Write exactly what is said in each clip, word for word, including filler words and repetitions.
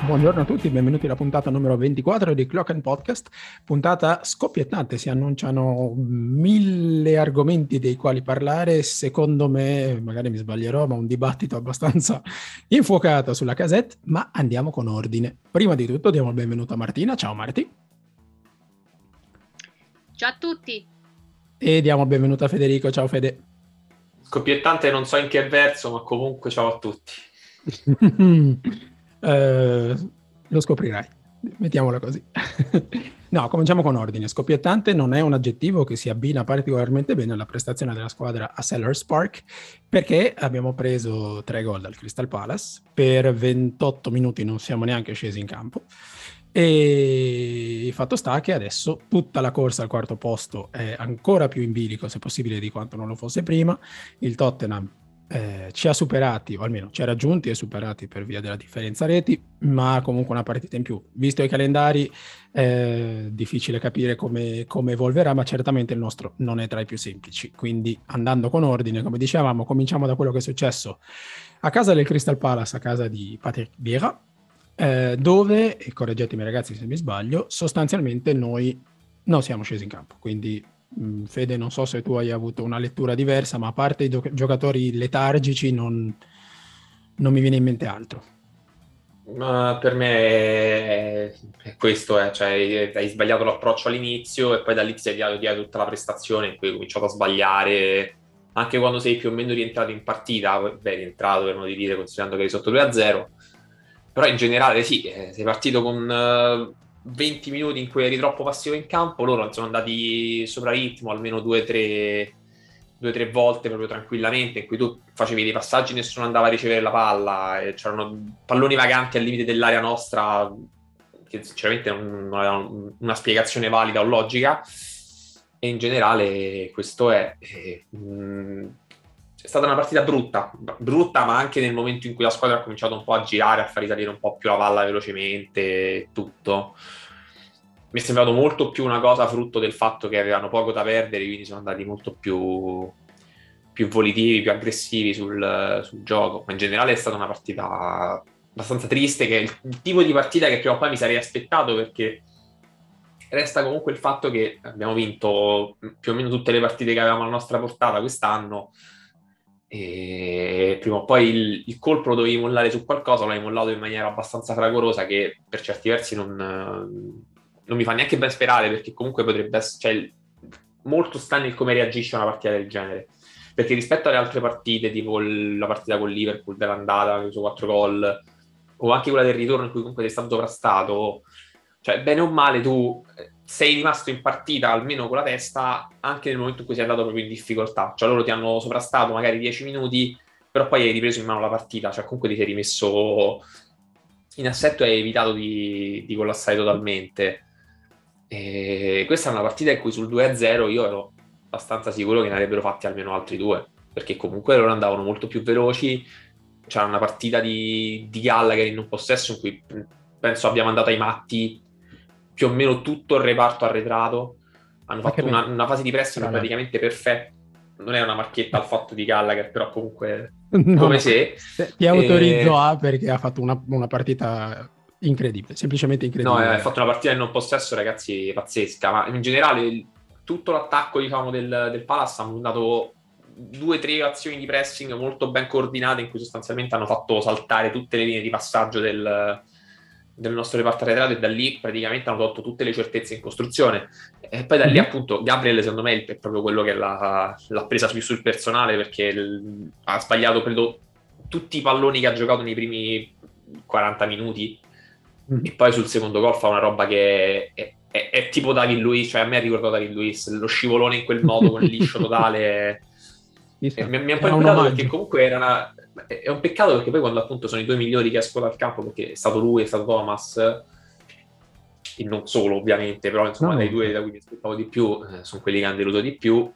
Buongiorno a tutti, benvenuti alla puntata numero ventiquattro di Clock and Podcast, puntata scoppiettante, si annunciano mille argomenti dei quali parlare, secondo me, magari mi sbaglierò, ma un dibattito abbastanza infuocato sulla casette, ma andiamo con ordine. Prima di tutto diamo il benvenuto a Martina, ciao Marti. Ciao a tutti. E diamo il benvenuto a Federico, ciao Fede. Scoppiettante non so in che verso, ma comunque ciao a tutti. Uh, lo scoprirai, mettiamola così. No, cominciamo con ordine. Scoppiettante non è un aggettivo che si abbina particolarmente bene alla prestazione della squadra a Sellers Park, perché abbiamo preso tre gol dal Crystal Palace, per ventotto minuti non siamo neanche scesi in campo e il fatto sta che adesso tutta la corsa al quarto posto è ancora più in bilico, se possibile, di quanto non lo fosse prima. Il Tottenham Eh, ci ha superati, o almeno ci ha raggiunti e superati per via della differenza reti, ma comunque una partita in più. Visto i calendari, è difficile capire come, come evolverà, ma certamente il nostro non è tra i più semplici. Quindi, andando con ordine, come dicevamo, cominciamo da quello che è successo a casa del Crystal Palace, a casa di Patrick Vieira, eh, dove, e correggetemi ragazzi se mi sbaglio, sostanzialmente noi non siamo scesi in campo, quindi Fede, non so se tu hai avuto una lettura diversa, ma a parte i gio- giocatori letargici non, non mi viene in mente altro. Uh, per me è, è questo, eh. Cioè, hai sbagliato l'approccio all'inizio e poi da lì ti sei avviato dietro tutta la prestazione in cui hai cominciato a sbagliare anche quando sei più o meno rientrato in partita. Beh, rientrato per modo di dire, considerando che eri sotto due a zero, però in generale sì, eh, sei partito con uh, venti minuti in cui eri troppo passivo in campo, loro sono andati sopra ritmo almeno due o tre due o tre volte proprio tranquillamente, in cui tu facevi dei passaggi, nessuno andava a ricevere la palla, e c'erano palloni vaganti al limite dell'area nostra che sinceramente non avevano una spiegazione valida o logica, e in generale questo è eh, mh, è stata una partita brutta, brutta, ma anche nel momento in cui la squadra ha cominciato un po' a girare, a far risalire un po' più la palla velocemente, tutto. Mi è sembrato molto più una cosa frutto del fatto che avevano poco da perdere, quindi sono andati molto più, più volitivi, più aggressivi sul, sul gioco. Ma in generale è stata una partita abbastanza triste, che è il, il tipo di partita che prima o poi mi sarei aspettato, perché resta comunque il fatto che abbiamo vinto più o meno tutte le partite che avevamo alla nostra portata quest'anno, e prima o poi il, il colpo lo dovevi mollare su qualcosa, l'hai mollato in maniera abbastanza fragorosa, che per certi versi non, non mi fa neanche ben sperare, perché comunque potrebbe essere, cioè, molto sta nel come reagisce a una partita del genere, perché rispetto alle altre partite, tipo la partita con Liverpool dell'andata, che ha preso quattro gol, o anche quella del ritorno in cui comunque sei stato sovrastato, cioè bene o male tu sei rimasto in partita almeno con la testa anche nel momento in cui sei andato proprio in difficoltà. Cioè loro ti hanno sovrastato magari dieci minuti, però poi hai ripreso in mano la partita, cioè comunque ti sei rimesso in assetto e hai evitato di, di collassare totalmente. E questa è una partita in cui sul due a zero io ero abbastanza sicuro che ne avrebbero fatti almeno altri due, perché comunque loro andavano molto più veloci. C'era una partita di, di Gallagher in un possesso in cui penso abbia mandato ai matti più o meno tutto il reparto arretrato. Hanno fatto una, una fase di pressing praticamente perfetta. Non è una marchetta al fatto di Gallagher, però comunque no, come no. se ti autorizzo e... a perché ha fatto una, una partita incredibile, semplicemente incredibile. No, ha fatto una partita in non possesso, ragazzi, pazzesca, ma in generale tutto l'attacco, diciamo, del, del Palace ha mandato due o tre azioni di pressing molto ben coordinate, in cui sostanzialmente hanno fatto saltare tutte le linee di passaggio del, del nostro reparto arretrato, e da lì praticamente hanno tolto tutte le certezze in costruzione. E poi da lì, mm-hmm, appunto Gabriel secondo me è proprio quello che l'ha, l'ha presa più sul personale, perché il, ha sbagliato credo tutti i palloni che ha giocato nei primi quaranta minuti, mm-hmm, e poi sul secondo gol fa una roba che è, è, è tipo David Luiz, cioè a me ha ricordato David Luiz, lo scivolone in quel modo con il liscio totale. Mi, mi ha un po' inquietato, perché comunque era una, è un peccato, perché poi quando appunto sono i due migliori che escono dal campo, perché è stato lui, è stato Thomas, e non solo ovviamente, però insomma no, dai due da cui mi aspettavo di più, eh, sono quelli che hanno deluso di più.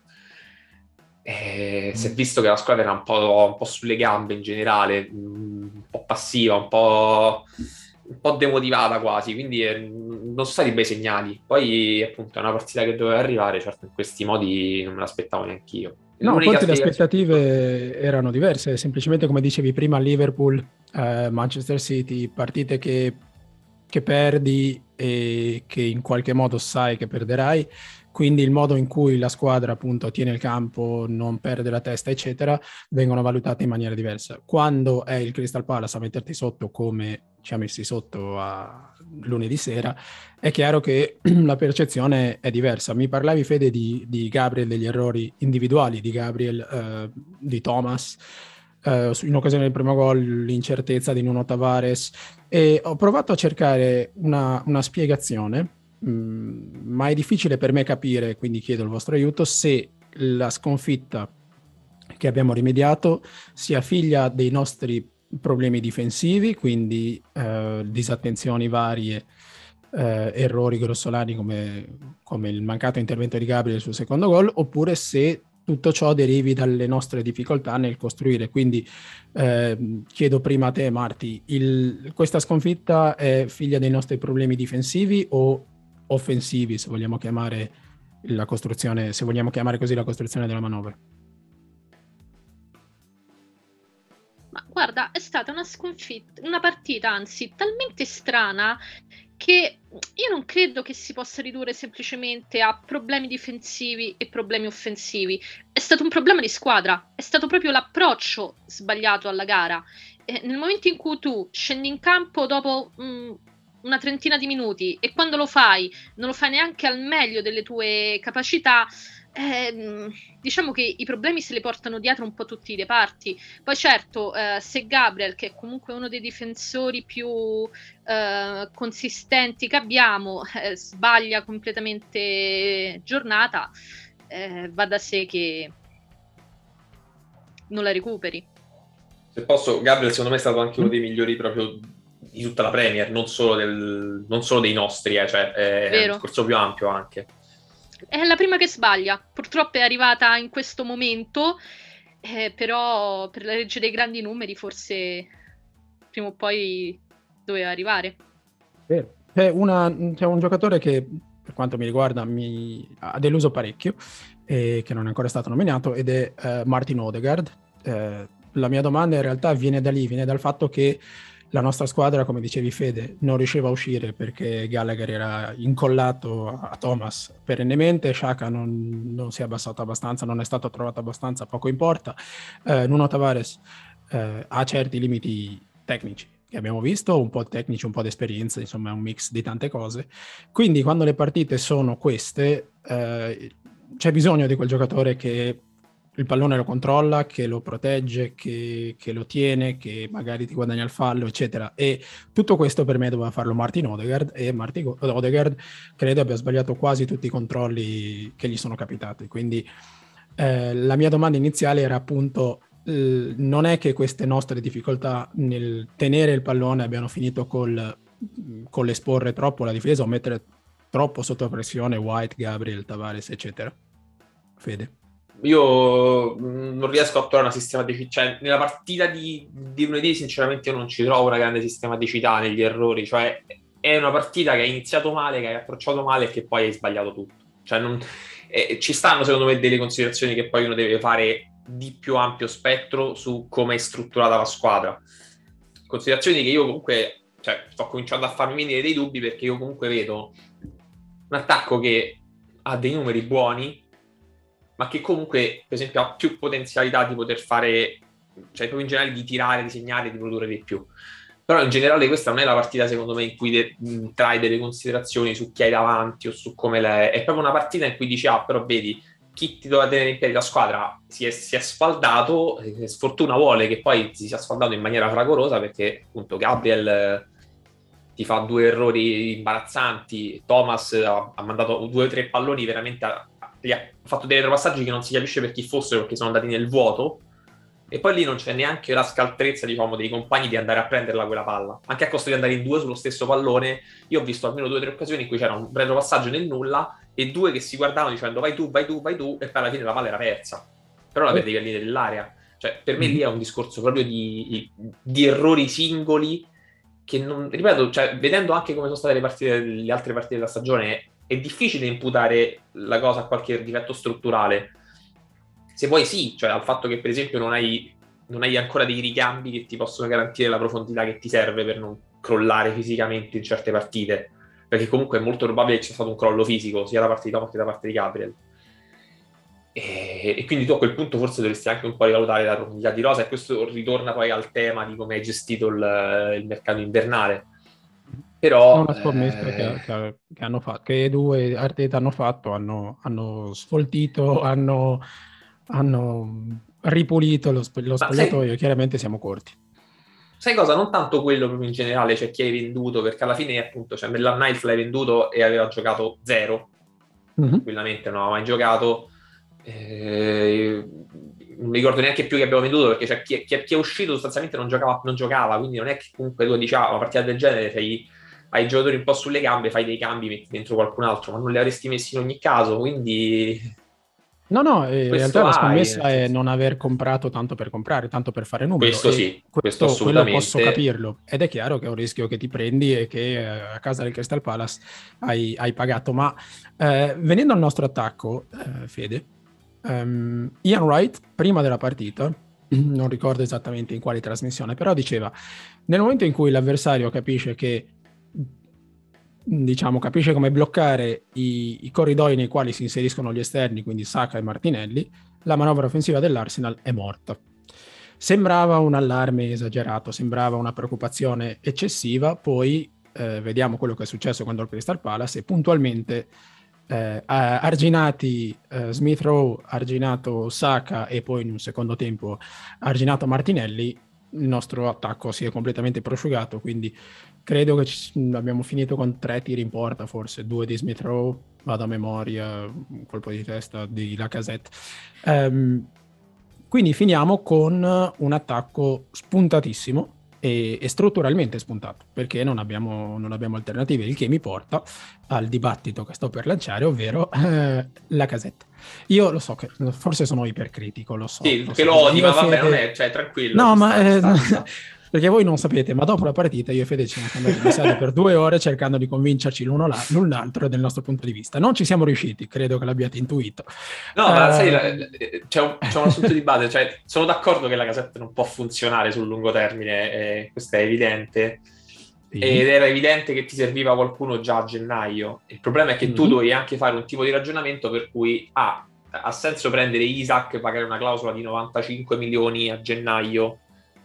E mm. si è visto che la squadra era un po', un po' sulle gambe in generale, un po' passiva, un po', un po' demotivata quasi, quindi eh, non sono stati bei segnali. Poi appunto è una partita che doveva arrivare, certo in questi modi non me l'aspettavo neanche io. No, forse le aspettative erano diverse, semplicemente come dicevi prima, Liverpool, eh, Manchester City, partite che che perdi e che in qualche modo sai che perderai, quindi il modo in cui la squadra appunto tiene il campo, non perde la testa, eccetera, vengono valutate in maniera diversa. Quando è il Crystal Palace a metterti sotto come ci ha messi sotto a lunedì sera, è chiaro che la percezione è diversa. Mi parlavi, Fede, di, di Gabriel, degli errori individuali di Gabriel, eh, di Thomas, eh, in occasione del primo gol, l'incertezza di Nuno Tavares, e ho provato a cercare una, una spiegazione, mh, ma è difficile per me capire, quindi chiedo il vostro aiuto, se la sconfitta che abbiamo rimediato sia figlia dei nostri problemi difensivi, quindi eh, disattenzioni varie, eh, errori grossolani come, come il mancato intervento di Gabriel sul secondo gol, oppure se tutto ciò derivi dalle nostre difficoltà nel costruire. Quindi eh, chiedo prima a te, Marti, il, questa sconfitta è figlia dei nostri problemi difensivi o offensivi, se vogliamo chiamare la costruzione, se vogliamo chiamare così la costruzione della manovra? Ma guarda, è stata una sconfitta, una partita anzi talmente strana che io non credo che si possa ridurre semplicemente a problemi difensivi e problemi offensivi. È stato un problema di squadra, è stato proprio l'approccio sbagliato alla gara. E nel momento in cui tu scendi in campo dopo mh, una trentina di minuti e quando lo fai non lo fai neanche al meglio delle tue capacità, eh, diciamo che i problemi se li portano dietro un po' tutti i reparti. Poi certo, eh, se Gabriel, che è comunque uno dei difensori più eh, consistenti che abbiamo, eh, sbaglia completamente giornata, eh, va da sé che non la recuperi. Se posso, Gabriel secondo me è stato anche uno dei migliori proprio di tutta la Premier, non solo, del, non solo dei nostri, eh, cioè è Vero. un discorso più ampio anche. È la prima che sbaglia, purtroppo è arrivata in questo momento, eh, però per la legge dei grandi numeri forse prima o poi doveva arrivare. Vero. C'è, una, c'è un giocatore che, per quanto mi riguarda, mi ha deluso parecchio e che non è ancora stato nominato, ed è eh, Martin Odegaard. Eh, la mia domanda in realtà viene da lì, viene dal fatto che la nostra squadra, come dicevi Fede, non riusciva a uscire perché Gallagher era incollato a Thomas perennemente, Xhaka non, non si è abbassato abbastanza, non è stato trovato abbastanza, poco importa. Eh, Nuno Tavares eh, ha certi limiti tecnici che abbiamo visto, un po' tecnici, un po' di esperienza, insomma è un mix di tante cose. Quindi quando le partite sono queste, eh, c'è bisogno di quel giocatore che il pallone lo controlla, che lo protegge, che, che lo tiene, che magari ti guadagna il fallo, eccetera. E tutto questo per me doveva farlo Martin Odegaard, e Martin Odegaard credo abbia sbagliato quasi tutti i controlli che gli sono capitati. Quindi eh, la mia domanda iniziale era appunto, eh, non è che queste nostre difficoltà nel tenere il pallone abbiano finito col, con l'esporre troppo la difesa o mettere troppo sotto pressione White, Gabriel, Tavares, eccetera. Fede? Io non riesco a trovare una sistematicità, cioè nella partita di, di lunedì sinceramente io non ci trovo una grande sistematicità negli errori, cioè è una partita che hai iniziato male, che hai approcciato male e che poi hai sbagliato tutto, cioè non, eh, ci stanno secondo me delle considerazioni che poi uno deve fare di più ampio spettro su come è strutturata la squadra, considerazioni che io comunque, cioè sto cominciando a farmi venire dei dubbi, perché io comunque vedo un attacco che ha dei numeri buoni, ma che comunque, per esempio, ha più potenzialità di poter fare, cioè proprio in generale di tirare, di segnare, di produrre di più. Però in generale questa non è la partita, secondo me, in cui de- mh, trai delle considerazioni su chi hai davanti o su come le... È proprio una partita in cui dici, ah, però vedi, chi ti doveva tenere in piedi la squadra si è, si è sfaldato, eh, sfortuna vuole che poi si sia sfaldato in maniera fragorosa, perché appunto Gabriel eh, ti fa due errori imbarazzanti, Thomas ha, ha mandato due o tre palloni veramente... A, gli ha fatto dei retropassaggi che non si capisce per chi fossero, perché sono andati nel vuoto, e poi lì non c'è neanche la scaltrezza, diciamo, dei compagni di andare a prenderla quella palla, anche a costo di andare in due sullo stesso pallone. Io ho visto almeno due o tre occasioni in cui c'era un retropassaggio nel nulla e due che si guardavano dicendo vai tu, vai tu, vai tu, e poi alla fine la palla era persa, però la perdevi al limite dell'area. Cioè per me lì è un discorso proprio di, di errori singoli che non, ripeto, cioè vedendo anche come sono state le partite, le altre partite della stagione, è difficile imputare la cosa a qualche difetto strutturale. Se poi sì, cioè al fatto che per esempio non hai, non hai ancora dei ricambi che ti possono garantire la profondità che ti serve per non crollare fisicamente in certe partite, perché comunque è molto probabile che c'è stato un crollo fisico sia da parte di Thomas che da parte di Gabriel. E, e quindi tu a quel punto forse dovresti anche un po' rivalutare la profondità di rosa, e questo ritorna poi al tema di come hai gestito il, il mercato invernale. Però è una scommessa eh... che, che, che hanno fatto, che Edu e Arteta hanno fatto, hanno, hanno sfoltito, hanno, hanno ripulito lo, lo spogliatoio, sai, chiaramente siamo corti. Sai cosa? Non tanto quello proprio in generale, cioè chi hai venduto, perché alla fine appunto, cioè Maitland Niles l'hai venduto e aveva giocato zero, mm-hmm. tranquillamente non aveva mai giocato, eh, non mi ricordo neanche più che abbiamo venduto, perché cioè, chi, chi, chi è uscito sostanzialmente non giocava, non giocava, quindi non è che comunque tu dici, ah, una partita del genere sei, hai i giocatori un po' sulle gambe, fai dei cambi, metti dentro qualcun altro, ma non li avresti messi in ogni caso, quindi... No, no, in realtà la scommessa è non aver comprato tanto per comprare, tanto per fare numero. Questo sì, questo, questo assolutamente. Quello posso capirlo, ed è chiaro che è un rischio che ti prendi e che a casa del Crystal Palace hai, hai pagato. Ma eh, venendo al nostro attacco, eh, Fede, um, Ian Wright, prima della partita, non ricordo esattamente in quale trasmissione, però diceva, nel momento in cui l'avversario capisce che diciamo capisce come bloccare i, i corridoi nei quali si inseriscono gli esterni, quindi Saka e Martinelli, la manovra offensiva dell'Arsenal è morta. Sembrava un allarme esagerato, sembrava una preoccupazione eccessiva, poi eh, vediamo quello che è successo contro il Crystal Palace e puntualmente eh, arginati eh, Smith Rowe, arginato Saka e poi in un secondo tempo arginato Martinelli, il nostro attacco si è completamente prosciugato, quindi credo che ci, abbiamo finito con tre tiri in porta, forse due di Smith Rowe, vado a memoria, un colpo di testa di Lacazette. Um, quindi finiamo con un attacco spuntatissimo e, e strutturalmente spuntato, perché non abbiamo, non abbiamo alternative, il che mi porta al dibattito che sto per lanciare, ovvero eh, Lacazette. Io lo so che forse sono ipercritico, lo so. Sì, lo che so, lo odi, ma vabbè, Fede... non è, cioè, tranquillo. No, ma... Sta, eh, sta, sta. Perché voi non sapete, ma dopo la partita io e Fede ci siamo cambiati messaggi per due ore cercando di convincerci l'uno l'un l'altro del nostro punto di vista. Non ci siamo riusciti, credo che l'abbiate intuito. No, uh, ma sai, la, c'è, un, c'è un assunto di base, cioè sono d'accordo che la Lacazette non può funzionare sul lungo termine, eh, questo è evidente. Sì. Ed era evidente che ti serviva qualcuno già a gennaio. Il problema è che mm-hmm. tu dovevi anche fare un tipo di ragionamento per cui ah, ha senso prendere Isaac, pagare una clausola di novantacinque milioni a gennaio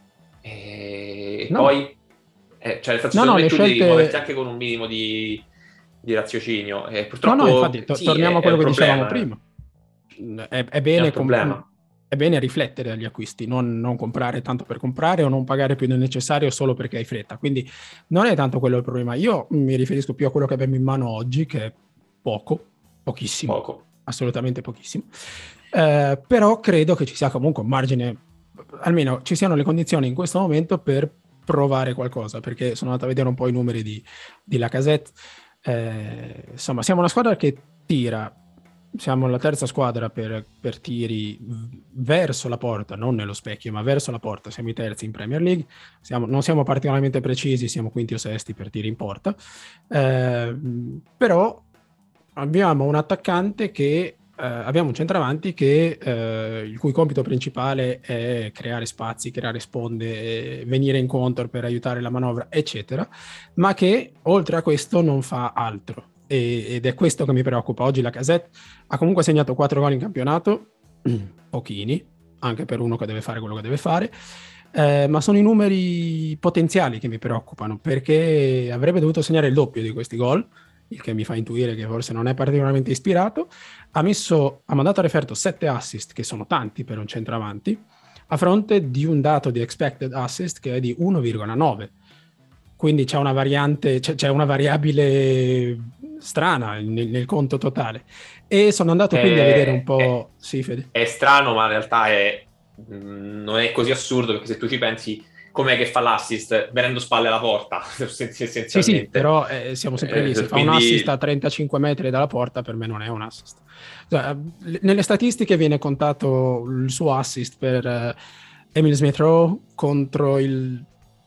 e no. poi eh, cioè nel senso, no, no, tu scelte... devi muoverti anche con un minimo di, di raziocinio e purtroppo no, no, infatti, to- sì, torniamo è, a quello che problema, dicevamo prima. È, è, bene è, com- è bene riflettere agli acquisti, non, non comprare tanto per comprare o non pagare più del necessario solo perché hai fretta, quindi non è tanto quello il problema. Io mi riferisco più a quello che abbiamo in mano oggi, che è poco, pochissimo, poco. assolutamente pochissimo, eh, però credo che ci sia comunque un margine, almeno ci siano le condizioni in questo momento per provare qualcosa, perché sono andato a vedere un po' i numeri di, di Lacazette, eh, insomma siamo una squadra che tira, siamo la terza squadra per, per tiri verso la porta, non nello specchio ma verso la porta, siamo i terzi in Premier League, siamo, non siamo particolarmente precisi, siamo quinti o sesti per tiri in porta, eh, però abbiamo un attaccante che Uh, abbiamo un centravanti che, uh, il cui compito principale è creare spazi, creare sponde, venire incontro per aiutare la manovra, eccetera, ma che oltre a questo non fa altro. E, ed è questo che mi preoccupa. Oggi Lacazette ha comunque segnato quattro gol in campionato, pochini, anche per uno che deve fare quello che deve fare, uh, ma sono i numeri potenziali che mi preoccupano, perché avrebbe dovuto segnare il doppio di questi gol, il che mi fa intuire che forse non è particolarmente ispirato. Ha messo, ha mandato a referto sette assist, che sono tanti per un centravanti, a fronte di un dato di expected assist che è di uno virgola nove. Quindi c'è una variante, c'è, c'è una variabile strana nel, nel conto totale. E sono andato è, quindi a vedere un po'... È, sì, Fede. È strano, ma in realtà è, non è così assurdo, perché se tu ci pensi... Com'è che fa l'assist? Venendo spalle alla porta, essenzialmente. Sì, sì, però eh, siamo sempre lì. Se eh, fa quindi... un assist a trentacinque metri dalla porta, per me non è un assist. Cioè, nelle statistiche viene contato il suo assist per uh, Emil Smith Rowe contro il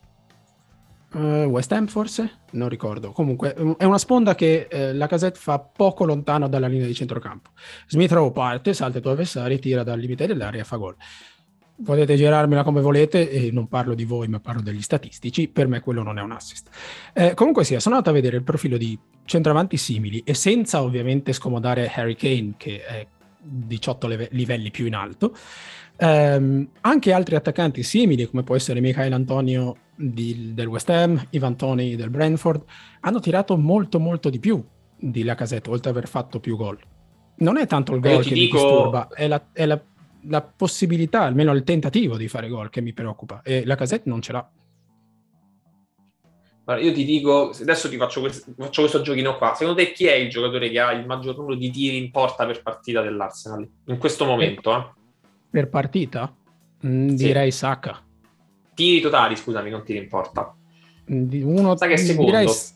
uh, West Ham, forse? Non ricordo. Comunque, è una sponda che uh, Lacazette fa poco lontano dalla linea di centrocampo. Smith Rowe parte, salta i tuoi avversari, tira dal limite dell'area e fa gol. potete girarmela come volete, e non parlo di voi ma parlo degli statistici, per me quello non è un assist. Eh, comunque sia, sono andato a vedere il profilo di centravanti simili e senza ovviamente scomodare Harry Kane, che è diciotto leve- livelli più in alto, ehm, anche altri attaccanti simili come può essere Michael Antonio di, del West Ham, Ivan Toney del Brentford, hanno tirato molto molto di più di Lacazette, oltre ad aver fatto più gol. Non è tanto il Ma io gol ti che dico- mi disturba, è la, è la la possibilità, almeno il tentativo di fare gol che mi preoccupa, e Lacazette non ce l'ha. Allora, io ti dico, adesso ti faccio questo, faccio questo giochino qua. Secondo te chi è il giocatore che ha il maggior numero di tiri in porta per partita dell'Arsenal in questo momento? Eh? Per partita? Mm, Sì. direi Saka. Tiri totali, scusami, non tiri in porta. Di uno, Sai che è secondo? direi s-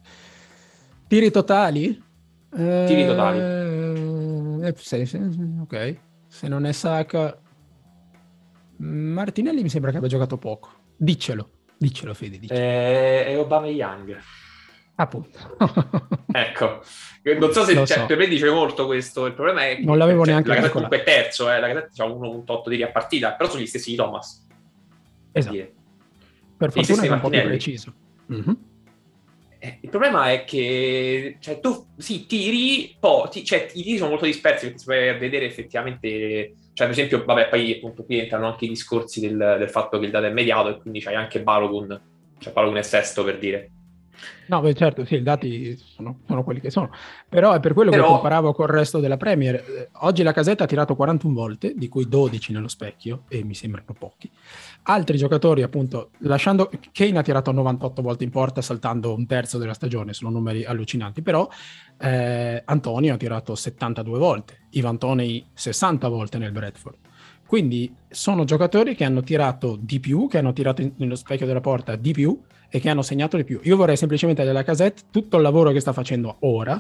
tiri totali? Tiri totali. Eh, se- se- ok. Se non è Saka, Martinelli mi sembra che abbia giocato poco. Diccelo, diccelo Fede, diccelo. Eh, è Aubameyang. Appunto. Ecco, non so se Lo cioè, so. per me dice molto questo. Il problema è che Non l'avevo cioè, neanche la Gazzetta calcolato. comunque è terzo, eh. La Gazzetta ha uno virgola otto tiri a partita, però sono gli stessi di Thomas. Per Esatto. dire. Per Gli fortuna stessi è un po' più Martinelli. preciso. Mhm. Eh, il problema è che cioè, tu sì, tiri, poi ti, cioè, i tiri sono molto dispersi perché si può vedere effettivamente, cioè, per esempio, vabbè, poi appunto qui entrano anche i discorsi del, del fatto che il dato è immediato e quindi c'hai anche Balogun, cioè Balogun è sesto per dire. No, beh, certo, sì, i dati sono, sono quelli che sono, però è per quello Però- che comparavo col resto della Premier. Eh, Oggi la Casetta ha tirato quarantuno volte, di cui dodici nello specchio, e mi sembrano pochi. Altri giocatori, appunto, lasciando... Kane ha tirato novantotto volte in porta, saltando un terzo della stagione, sono numeri allucinanti, però eh, Antonio ha tirato settantadue volte, Ivan Toney sessanta volte nel Bradford. Quindi sono giocatori che hanno tirato di più, che hanno tirato in- nello specchio della porta di più, e che hanno segnato di più. Io vorrei semplicemente della Lacazette tutto il lavoro che sta facendo ora,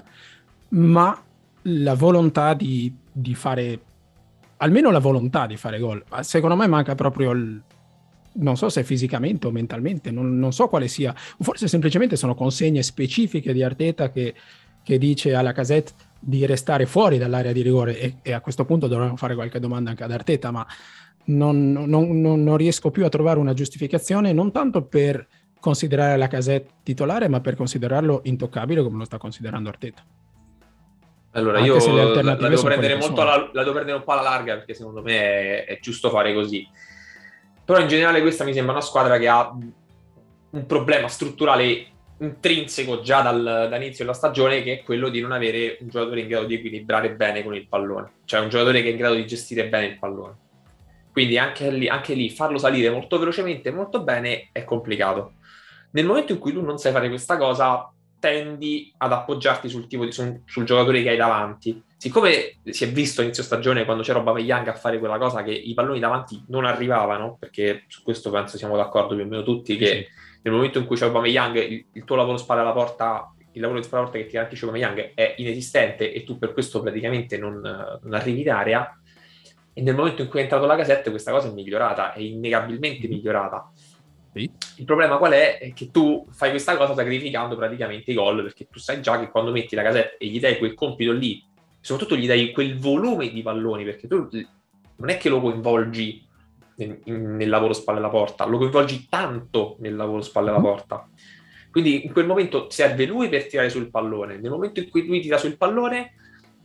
ma la volontà di, di fare, almeno la volontà di fare gol. Ma secondo me manca proprio il, non so se fisicamente o mentalmente, non, non so quale sia, o forse semplicemente sono consegne specifiche di Arteta che, che dice alla Lacazette di restare fuori dall'area di rigore, e, e a questo punto dovremmo fare qualche domanda anche ad Arteta, ma non, non, non, non riesco più a trovare una giustificazione, non tanto per considerare la Lacazette titolare, ma per considerarlo intoccabile come lo sta considerando Arteta. Allora, Anche io se le la, alternative la devo sono prendere quelle che molto sono. alla, la devo prendere un po' alla larga perché secondo me è, è giusto fare così. Però in generale questa mi sembra una squadra che ha un problema strutturale intrinseco già dal, dall'inizio della stagione, che è quello di non avere un giocatore in grado di equilibrare bene con il pallone, cioè un giocatore che è in grado di gestire bene il pallone. Quindi anche lì, anche lì farlo salire molto velocemente, molto bene, è complicato. Nel momento in cui tu non sai fare questa cosa, tendi ad appoggiarti sul tipo di, sul, sul giocatore che hai davanti. Siccome si è visto a inizio stagione, quando c'era Aubameyang a fare quella cosa, che i palloni davanti non arrivavano, perché su questo penso siamo d'accordo più o meno tutti, che Sì. nel momento in cui c'è Aubameyang, il, il tuo lavoro spalle alla porta, il lavoro di spalle alla porta che ti garantisce Aubameyang è inesistente e tu per questo praticamente non, non arrivi in area. E nel momento in cui è entrato Lacazette questa cosa è migliorata, è innegabilmente migliorata. Sì. Il problema qual è? È che tu fai questa cosa sacrificando praticamente i gol, perché tu sai già che quando metti Lacazette e gli dai quel compito lì, soprattutto gli dai quel volume di palloni, perché tu non è che lo coinvolgi nel, nel lavoro spalle alla porta, lo coinvolgi tanto nel lavoro spalle alla porta. Quindi in quel momento serve lui per tirare sul pallone. Nel momento in cui lui tira sul pallone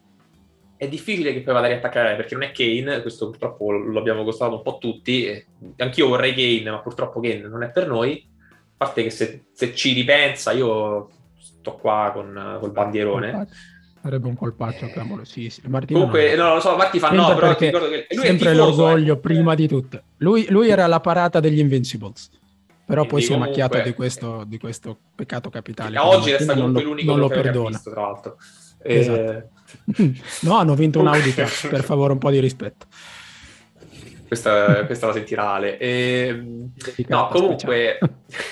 è difficile che poi vada a riattaccare, perché non è Kane, questo purtroppo lo abbiamo constatato un po' tutti, anch'io vorrei Kane, ma purtroppo Kane non è per noi, a parte che se, se ci ripensa io sto qua con col bandierone. Colpaccio. Sarebbe un colpaccio Eh, clamorosissimo. Martino comunque, non no, lo so, Marti fa sempre no, però ti perché ricordo che lui sempre è tifoso, l'orgoglio eh. prima di tutto. Lui, lui era la parata degli Invincibles, però Quindi poi si è comunque- macchiato di questo, di questo peccato capitale. A quindi oggi resta Martino comunque non lo, l'unico non lo trofeo che ha perdona. visto, tra l'altro. Esatto. Eh, No, hanno vinto un Audi Cup, per favore, un po' di rispetto. questa, questa la sentirà Ale. Ehm, Dedicata no, comunque... speciale.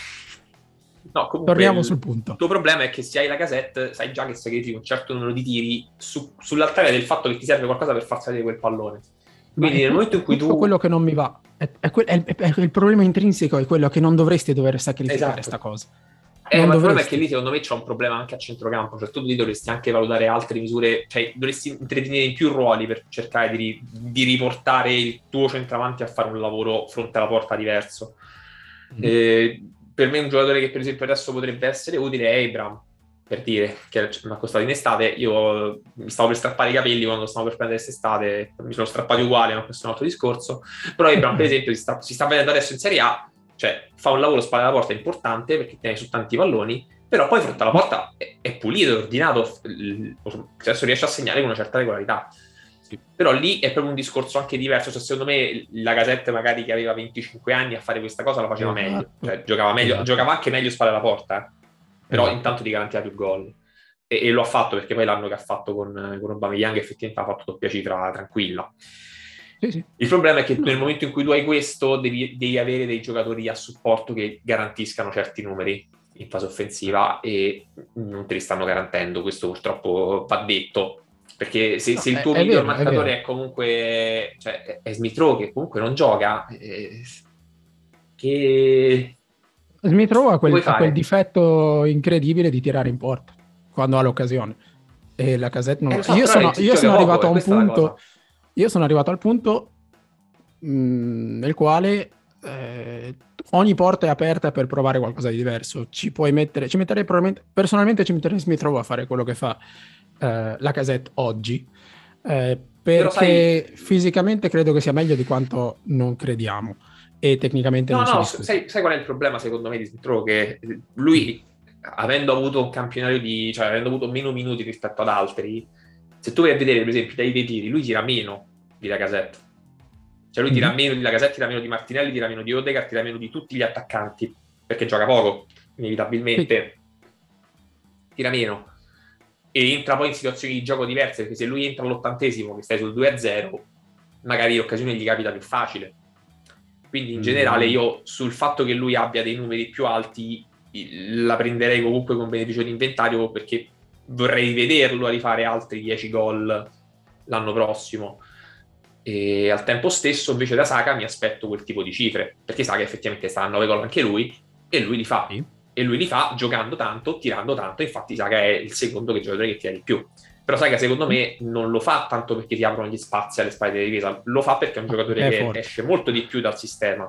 No, comunque Torniamo il sul punto. tuo problema è che se hai la Lacazette, sai già che sacrifichi un certo numero di tiri su, sull'altare del fatto che ti serve qualcosa per far salire quel pallone. Quindi Ma nel è momento in cui tutto tu... quello che non mi va, è, è que- è- è- è il problema intrinseco, è quello che non dovresti dover sacrificare Esatto. sta cosa. Eh, Non ma il problema è dovresti. che lì secondo me c'è un problema anche a centrocampo, cioè tu lì dovresti anche valutare altre misure, cioè dovresti intervenire in più ruoli per cercare di, ri- di riportare il tuo centravanti a fare un lavoro fronte alla porta diverso. Mhm. Eh, per me un giocatore che per esempio adesso potrebbe essere utile è Abraham, per dire, che mi ha costato in estate, io mi stavo per strappare i capelli quando stavo per prendere quest'estate, mi sono strappati uguali, ma questo è un altro discorso, però Abraham per esempio si sta, si sta vedendo adesso in Serie A, cioè fa un lavoro spalle alla porta importante perché tiene su tanti palloni, però poi fronte alla porta è, è pulito, è ordinato, adesso riesce a segnare con una certa regolarità. Sì. Però lì è proprio un discorso anche diverso, cioè secondo me la Lacazette magari che aveva venticinque anni a fare questa cosa la faceva Esatto. meglio, cioè giocava meglio, Esatto. giocava anche meglio spalle alla porta, eh. Però Esatto. intanto ti garantiva più gol. E, e lo ha fatto perché poi l'anno che ha fatto con, con Aubameyang effettivamente ha fatto doppia cifra tranquilla. Sì, sì. Il problema è che No. nel momento in cui tu hai questo devi, devi avere dei giocatori a supporto che garantiscano certi numeri in fase offensiva e non te li stanno garantendo, questo purtroppo va detto, perché se, No, se il è- tuo è miglior vero, è marcatore vero. è comunque cioè, è- è Smith Rowe che comunque non gioca, eh, che Smith Rowe ha che vuoi quel, ha quel fare? difetto incredibile di tirare in porta quando ha l'occasione. E la Casette non Eh, lo- lo so, Io però sono, eh, io gioca sono poco, arrivato e a un questa è la cosa. punto. Io sono arrivato al punto mh, nel quale eh, ogni porta è aperta per provare qualcosa di diverso. Ci puoi mettere, ci metterei probabilmente, personalmente ci metterei Smith Rowe a fare quello che fa eh, la Casette oggi, eh, Però sai, perché fisicamente credo che sia meglio di quanto non crediamo e tecnicamente no, non si no, discute. sai, sai qual è il problema secondo me di Smith Rowe? Che lui, avendo avuto un campionario di, cioè avendo avuto meno minuti rispetto ad altri, se tu vai a vedere per esempio dai dei tiri, lui tira meno di Lacazette. Cioè lui tira Mhm. meno di Lacazette, tira meno di Martinelli, tira meno di Odegaard, tira meno di tutti gli attaccanti, perché gioca poco, inevitabilmente. Tira meno. E entra poi in situazioni di gioco diverse, perché se lui entra all'ottantesimo che stai sul due a zero, magari l'occasione gli capita più facile. Quindi in generale io sul fatto che lui abbia dei numeri più alti la prenderei comunque con beneficio di inventario, perché vorrei vederlo a rifare altri dieci gol l'anno prossimo. E al tempo stesso invece da Saka mi aspetto quel tipo di cifre, perché Saka effettivamente sta a nove gol anche lui e lui li fa. Sì. E lui li fa giocando tanto, tirando tanto, infatti Saka è il secondo che giocatore che tira di più. Però Saka secondo me non lo fa tanto perché ti aprono gli spazi alle spalle della difesa, lo fa perché è un giocatore È che forte. esce molto di più dal sistema.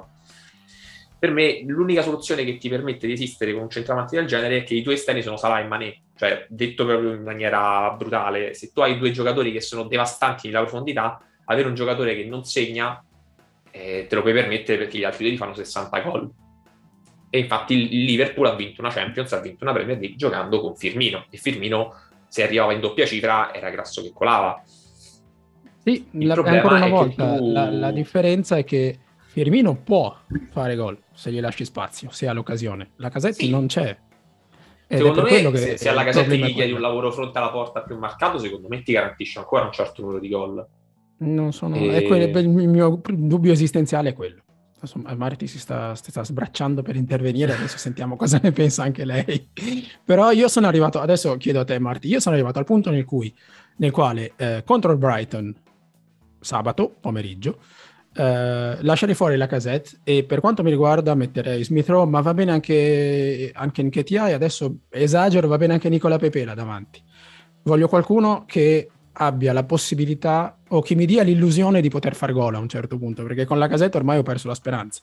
Per me l'unica soluzione che ti permette di esistere con un centravanti del genere è che i due esterni sono Salah e Mané, cioè detto proprio in maniera brutale, se tu hai due giocatori che sono devastanti nella profondità, avere un giocatore che non segna eh, te lo puoi permettere perché gli altri due ti fanno sessanta gol. E infatti il Liverpool ha vinto una Champions, ha vinto una Premier League giocando con Firmino, e Firmino se arrivava in doppia cifra era grasso che colava. Sì, Il la, problema ancora una è volta che tu... la, la differenza è che Firmino può fare gol se gli lasci spazio, se ha l'occasione. La Casette Sì. non c'è. Ed Secondo è per quello me, che se, se alla il Casette problema gli è chiedi un quello. lavoro fronte alla porta più marcato, secondo me ti garantisce ancora un certo numero di gol. Non sono, E- è quello, il mio dubbio esistenziale è quello. Insomma, Marti si sta, si sta sbracciando per intervenire, adesso sentiamo cosa ne pensa anche lei. Però io sono arrivato, adesso chiedo a te Marti, io sono arrivato al punto nel, cui, nel quale eh, contro il Brighton, sabato pomeriggio, eh, lasciare fuori la Casette e per quanto mi riguarda metterei Smith Rowe, ma va bene anche, anche Nketiah e adesso esagero, va bene anche Nicola Pepe là davanti. Voglio qualcuno che abbia la possibilità o che mi dia l'illusione di poter far gol a un certo punto, perché con la Casetta ormai ho perso la speranza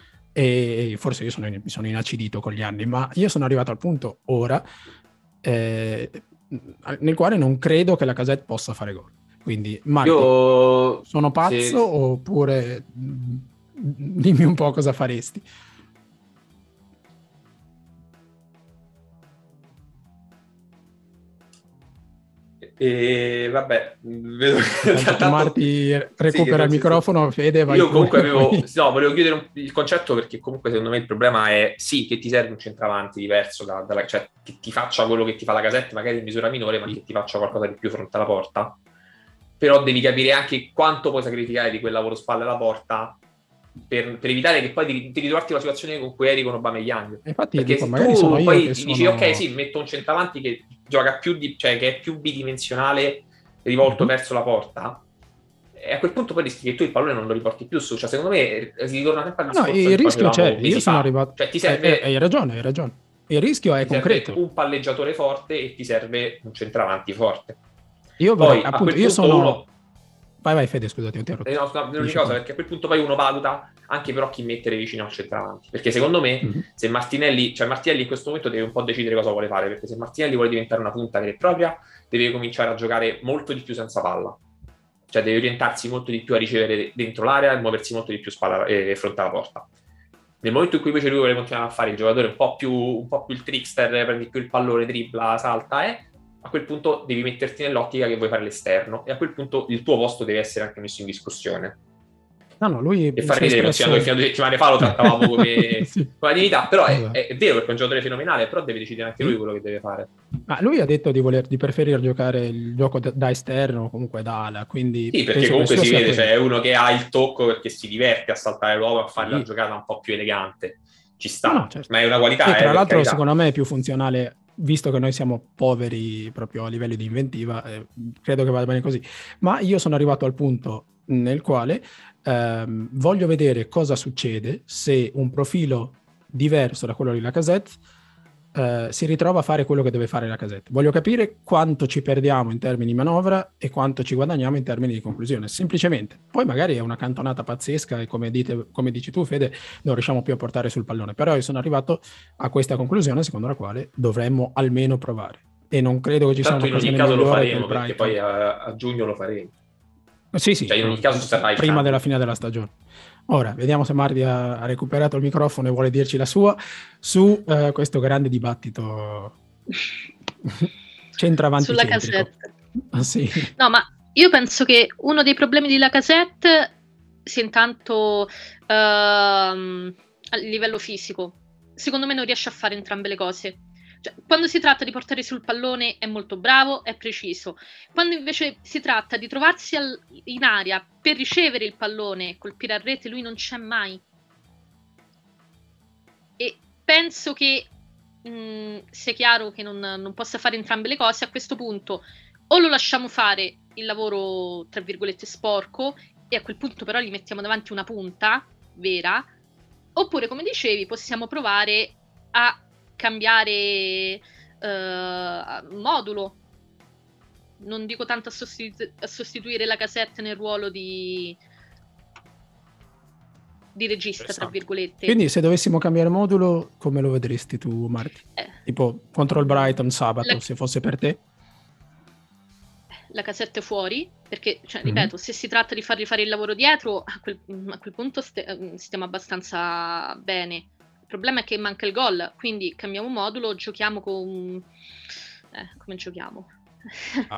e forse io sono, mi sono inacidito con gli anni, ma io sono arrivato al punto ora eh, nel quale non credo che la Casetta possa fare gol. Quindi Marti, Io sono pazzo se, oppure mh, dimmi un po' cosa faresti? E vabbè, vedo che Tanto che Marti recupera sì, il sì, microfono, sì. Fede, vai Io pure. comunque avevo, Poi... no, volevo chiudere un, il concetto perché comunque secondo me il problema è sì che ti serve un centravanti diverso, da, dalla, cioè che ti faccia quello che ti fa la Casetta, magari in misura minore, ma che ti faccia qualcosa di più fronte alla porta. Però devi capire anche quanto puoi sacrificare di quel lavoro spalle alla porta per, per evitare che poi ti, ti ritrovarti in una situazione con cui eri con Aubameyang. Infatti Perché dico, se magari sono tu io poi che dici sono... ok sì, metto un centravanti che gioca più di, cioè che è più bidimensionale rivolto mm-hmm. verso la porta, e a quel punto poi rischi che tu il pallone non lo riporti più su, cioè secondo me si ritorna sempre al discorso No, il che rischio facevamo c'è, mesi io sono fa. arrivato... Cioè ti serve... Eh, eh, hai ragione, hai ragione. Il rischio è ti concreto. serve un palleggiatore forte e ti serve un centravanti forte. Io poi vorrei, a appunto, quel io punto sono... uno... Vai, vai Fede, scusati, ho interrotto. Eh no, no, l'unica cosa, perché a quel punto poi uno valuta anche però chi mettere vicino al centravanti, perché secondo me mm-hmm. se Martinelli, cioè Martinelli in questo momento deve un po' decidere cosa vuole fare, perché se Martinelli vuole diventare una punta vera e propria deve cominciare a giocare molto di più senza palla, cioè deve orientarsi molto di più a ricevere dentro l'area e muoversi molto di più spalla e fronte alla porta. Nel momento in cui invece lui vuole continuare a fare il giocatore un po' più, un po' più il trickster, prendi più il pallone, dribbla, salta, eh, a quel punto devi metterti nell'ottica che vuoi fare l'esterno e a quel punto il tuo posto deve essere anche messo in discussione. No, no, lui e fa ridere espresso... considerando che fino a due settimane fa lo trattavamo come, sì. come dignità, però è, esatto. è, è vero perché è un giocatore fenomenale, però deve decidere anche lui quello che deve fare. Ma lui ha detto di voler di preferire giocare il gioco da, da esterno, comunque da ala, quindi sì, perché comunque si vede, cioè è uno che ha il tocco perché si diverte a saltare l'uovo, a fare sì. la giocata un po' più elegante, ci sta, no, no, certo. ma è una qualità. E tra eh, l'altro secondo me è più funzionale, visto che noi siamo poveri proprio a livello di inventiva, eh, credo che vada bene così, ma io sono arrivato al punto nel quale ehm, voglio vedere cosa succede se un profilo diverso da quello di Lacazette eh, si ritrova a fare quello che deve fare Lacazette. Voglio capire quanto ci perdiamo in termini di manovra e quanto ci guadagniamo in termini di conclusione, semplicemente. Poi magari è una cantonata pazzesca e come, dite, come dici tu Fede non riusciamo più a portare sul pallone, però io sono arrivato a questa conclusione secondo la quale dovremmo almeno provare e non credo che ci sia un'occasione in ogni caso lo faremo perché Brighton. Poi a, a giugno lo faremo. Sì, sì, cioè in ogni caso sarà prima della fine della stagione. Ora, vediamo se Marti ha, ha recuperato il microfono e vuole dirci la sua su uh, questo grande dibattito centravanti sulla Lacazette. Ah, sì. No, ma io penso che uno dei problemi di Lacazette sia intanto uh, a livello fisico. Secondo me non riesce a fare entrambe le cose. Cioè, quando si tratta di portare sul pallone è molto bravo, è preciso. Quando invece si tratta di trovarsi al, in aria per ricevere il pallone e colpire a rete, lui non c'è mai. E penso che mh, sia chiaro che non, non possa fare entrambe le cose. A questo punto o lo lasciamo fare il lavoro, tra virgolette, sporco, e a quel punto però gli mettiamo davanti una punta vera, oppure, come dicevi, possiamo provare a cambiare uh, modulo. Non dico tanto a, sostitu- a sostituire Lacazette nel ruolo di di regista, esatto. Tra virgolette. Quindi se dovessimo cambiare modulo, come lo vedresti tu, Marti? Eh. Tipo contro il Brighton sabato, La... se fosse per te? Lacazette fuori, perché, cioè, mm-hmm. ripeto, se si tratta di fargli fare il lavoro dietro, a quel, a quel punto st- stiamo abbastanza bene. Il problema è che manca il gol, quindi cambiamo modulo, giochiamo con... Eh, come giochiamo? Ah.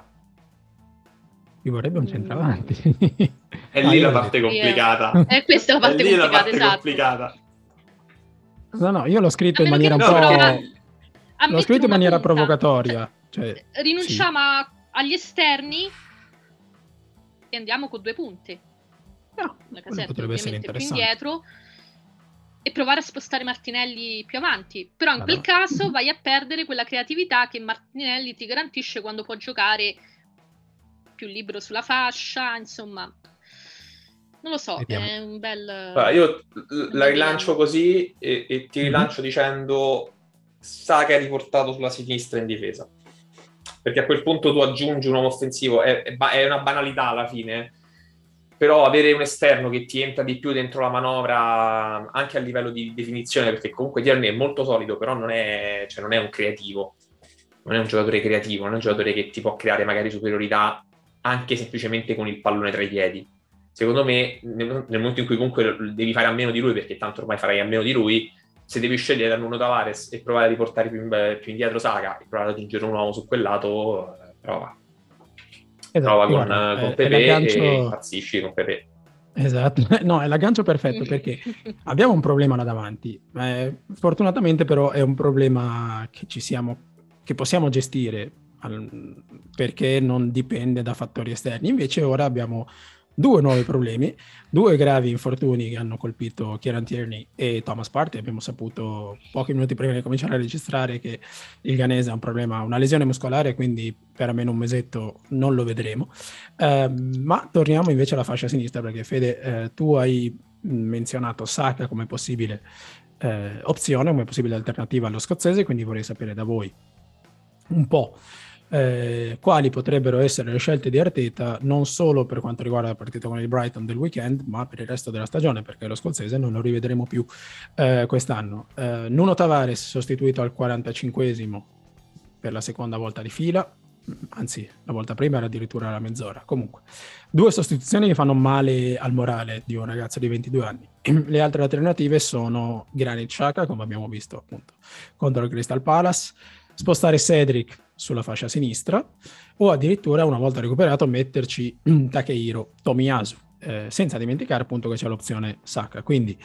Ci vorrebbe un centravanti. È lì la parte complicata. È questa la parte, è lì complicata, la parte esatto. complicata. No, no, io l'ho scritto in maniera un po'... A l'ho scritto in maniera punta. provocatoria. Cioè, rinunciamo sì. agli esterni e andiamo con due punte. No, Lacazette potrebbe essere interessante. Più indietro e provare a spostare Martinelli più avanti. Però in allora. quel caso vai a perdere quella creatività che Martinelli ti garantisce quando può giocare più libero sulla fascia, insomma. Non lo so, Vediamo. è un bel... Allora, io la rilancio così e, e ti rilancio mm-hmm. dicendo Saka è riportato sulla sinistra in difesa. Perché a quel punto tu aggiungi un uomo offensivo, è, è, è una banalità alla fine, però avere un esterno che ti entra di più dentro la manovra anche a livello di definizione, perché comunque Tierney è molto solido, però non è, cioè non è un creativo, non è un giocatore creativo, non è un giocatore che ti può creare magari superiorità anche semplicemente con il pallone tra i piedi. Secondo me nel, nel momento in cui comunque devi fare a meno di lui, perché tanto ormai farai a meno di lui, se devi scegliere da Nuno Tavares e provare a riportare più, in, più indietro Saka e provare ad aggiungere un uomo su quel lato, eh, prova esatto, prova con, guarda, con Pepe l'aggancio... e impazzisci con Pepe. Esatto, no, è l'aggancio perfetto perché abbiamo un problema là davanti, eh, fortunatamente però è un problema che ci siamo, che possiamo gestire al, perché non dipende da fattori esterni. Invece ora abbiamo due nuovi problemi, due gravi infortuni che hanno colpito Kieran Tierney e Thomas Partey. Abbiamo saputo pochi minuti prima di cominciare a registrare che il ghanese ha un problema, una lesione muscolare, quindi per almeno un mesetto non lo vedremo. Eh, ma torniamo invece alla fascia sinistra, perché Fede, eh, tu hai menzionato Saka come possibile eh, opzione, come possibile alternativa allo scozzese, quindi vorrei sapere da voi un po' eh, quali potrebbero essere le scelte di Arteta, non solo per quanto riguarda la partita con il Brighton del weekend, ma per il resto della stagione, perché lo scozzese non lo rivedremo più eh, quest'anno. Eh, Nuno Tavares sostituito al quarantacinquesimo per la seconda volta di fila, anzi la volta prima era addirittura la mezz'ora. Comunque due sostituzioni che fanno male al morale di un ragazzo di ventidue anni. Le altre alternative sono Granit Xhaka, come abbiamo visto appunto contro il Crystal Palace, spostare Cedric sulla fascia sinistra o addirittura, una volta recuperato, metterci Takehiro Tomiyasu, eh, senza dimenticare appunto che c'è l'opzione Saka. Quindi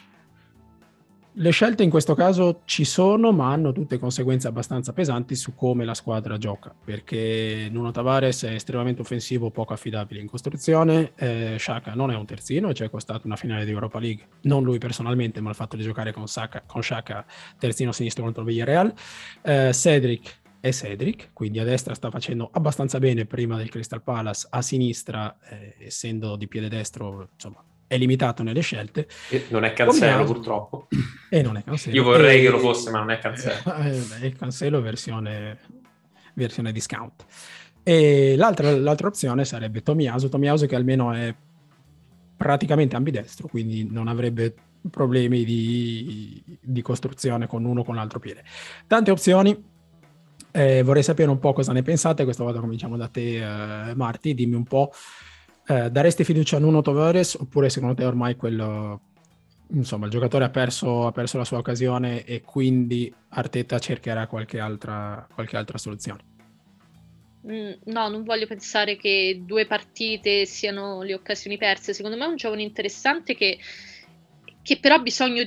le scelte in questo caso ci sono, ma hanno tutte conseguenze abbastanza pesanti su come la squadra gioca, perché Nuno Tavares è estremamente offensivo, poco affidabile in costruzione, eh, Xhaka non è un terzino e ci è costato una finale di Europa League, non lui personalmente, ma il fatto di giocare con, Saka, con Xhaka terzino sinistro contro il Villarreal. eh, Cedric è Cedric, quindi a destra sta facendo abbastanza bene prima del Crystal Palace, a sinistra, eh, essendo di piede destro, insomma, è limitato nelle scelte. E non è Cancelo, Tomiyasu, purtroppo. E non è Cancelo. Io vorrei e, che lo fosse, ma non è Cancelo. È il Cancelo versione, versione discount. E l'altra, l'altra opzione sarebbe Tomiyasu, Tomiyasu che almeno è praticamente ambidestro, quindi non avrebbe problemi di, di costruzione con uno o con l'altro piede. Tante opzioni. Eh, vorrei sapere un po' cosa ne pensate. Questa volta cominciamo da te, eh, Marti. Dimmi un po', eh, daresti fiducia a Nuno Tavares oppure secondo te ormai quello, insomma, il giocatore ha perso, ha perso la sua occasione e quindi Arteta cercherà qualche altra, qualche altra soluzione? Mm, no, non voglio pensare che due partite siano le occasioni perse. Secondo me è un giovane interessante che, che però ha bisogno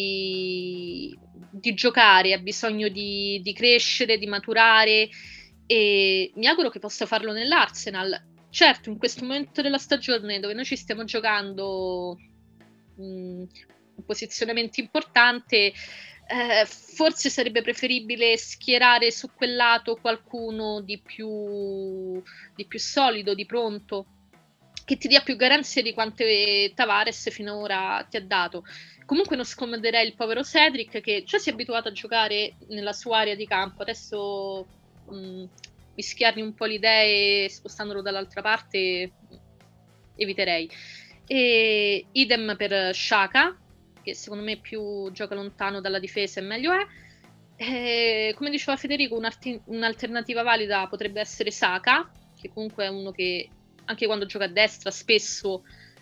di, di giocare, ha bisogno di, di crescere, di maturare, e mi auguro che possa farlo nell'Arsenal. Certo, in questo momento della stagione dove noi ci stiamo giocando mh, un posizionamento importante, eh, forse sarebbe preferibile schierare su quel lato qualcuno di più, di più solido, di pronto, che ti dia più garanzie di quante Tavares finora ti ha dato. Comunque non scomoderei il povero Cedric, che già si è abituato a giocare nella sua area di campo, adesso mh, mischiargli un po' le idee spostandolo dall'altra parte eviterei. E idem per Xhaka, che secondo me più gioca lontano dalla difesa e meglio è. E, come diceva Federico, un'arti- un'alternativa valida potrebbe essere Saka, che comunque è uno che anche quando gioca a destra spesso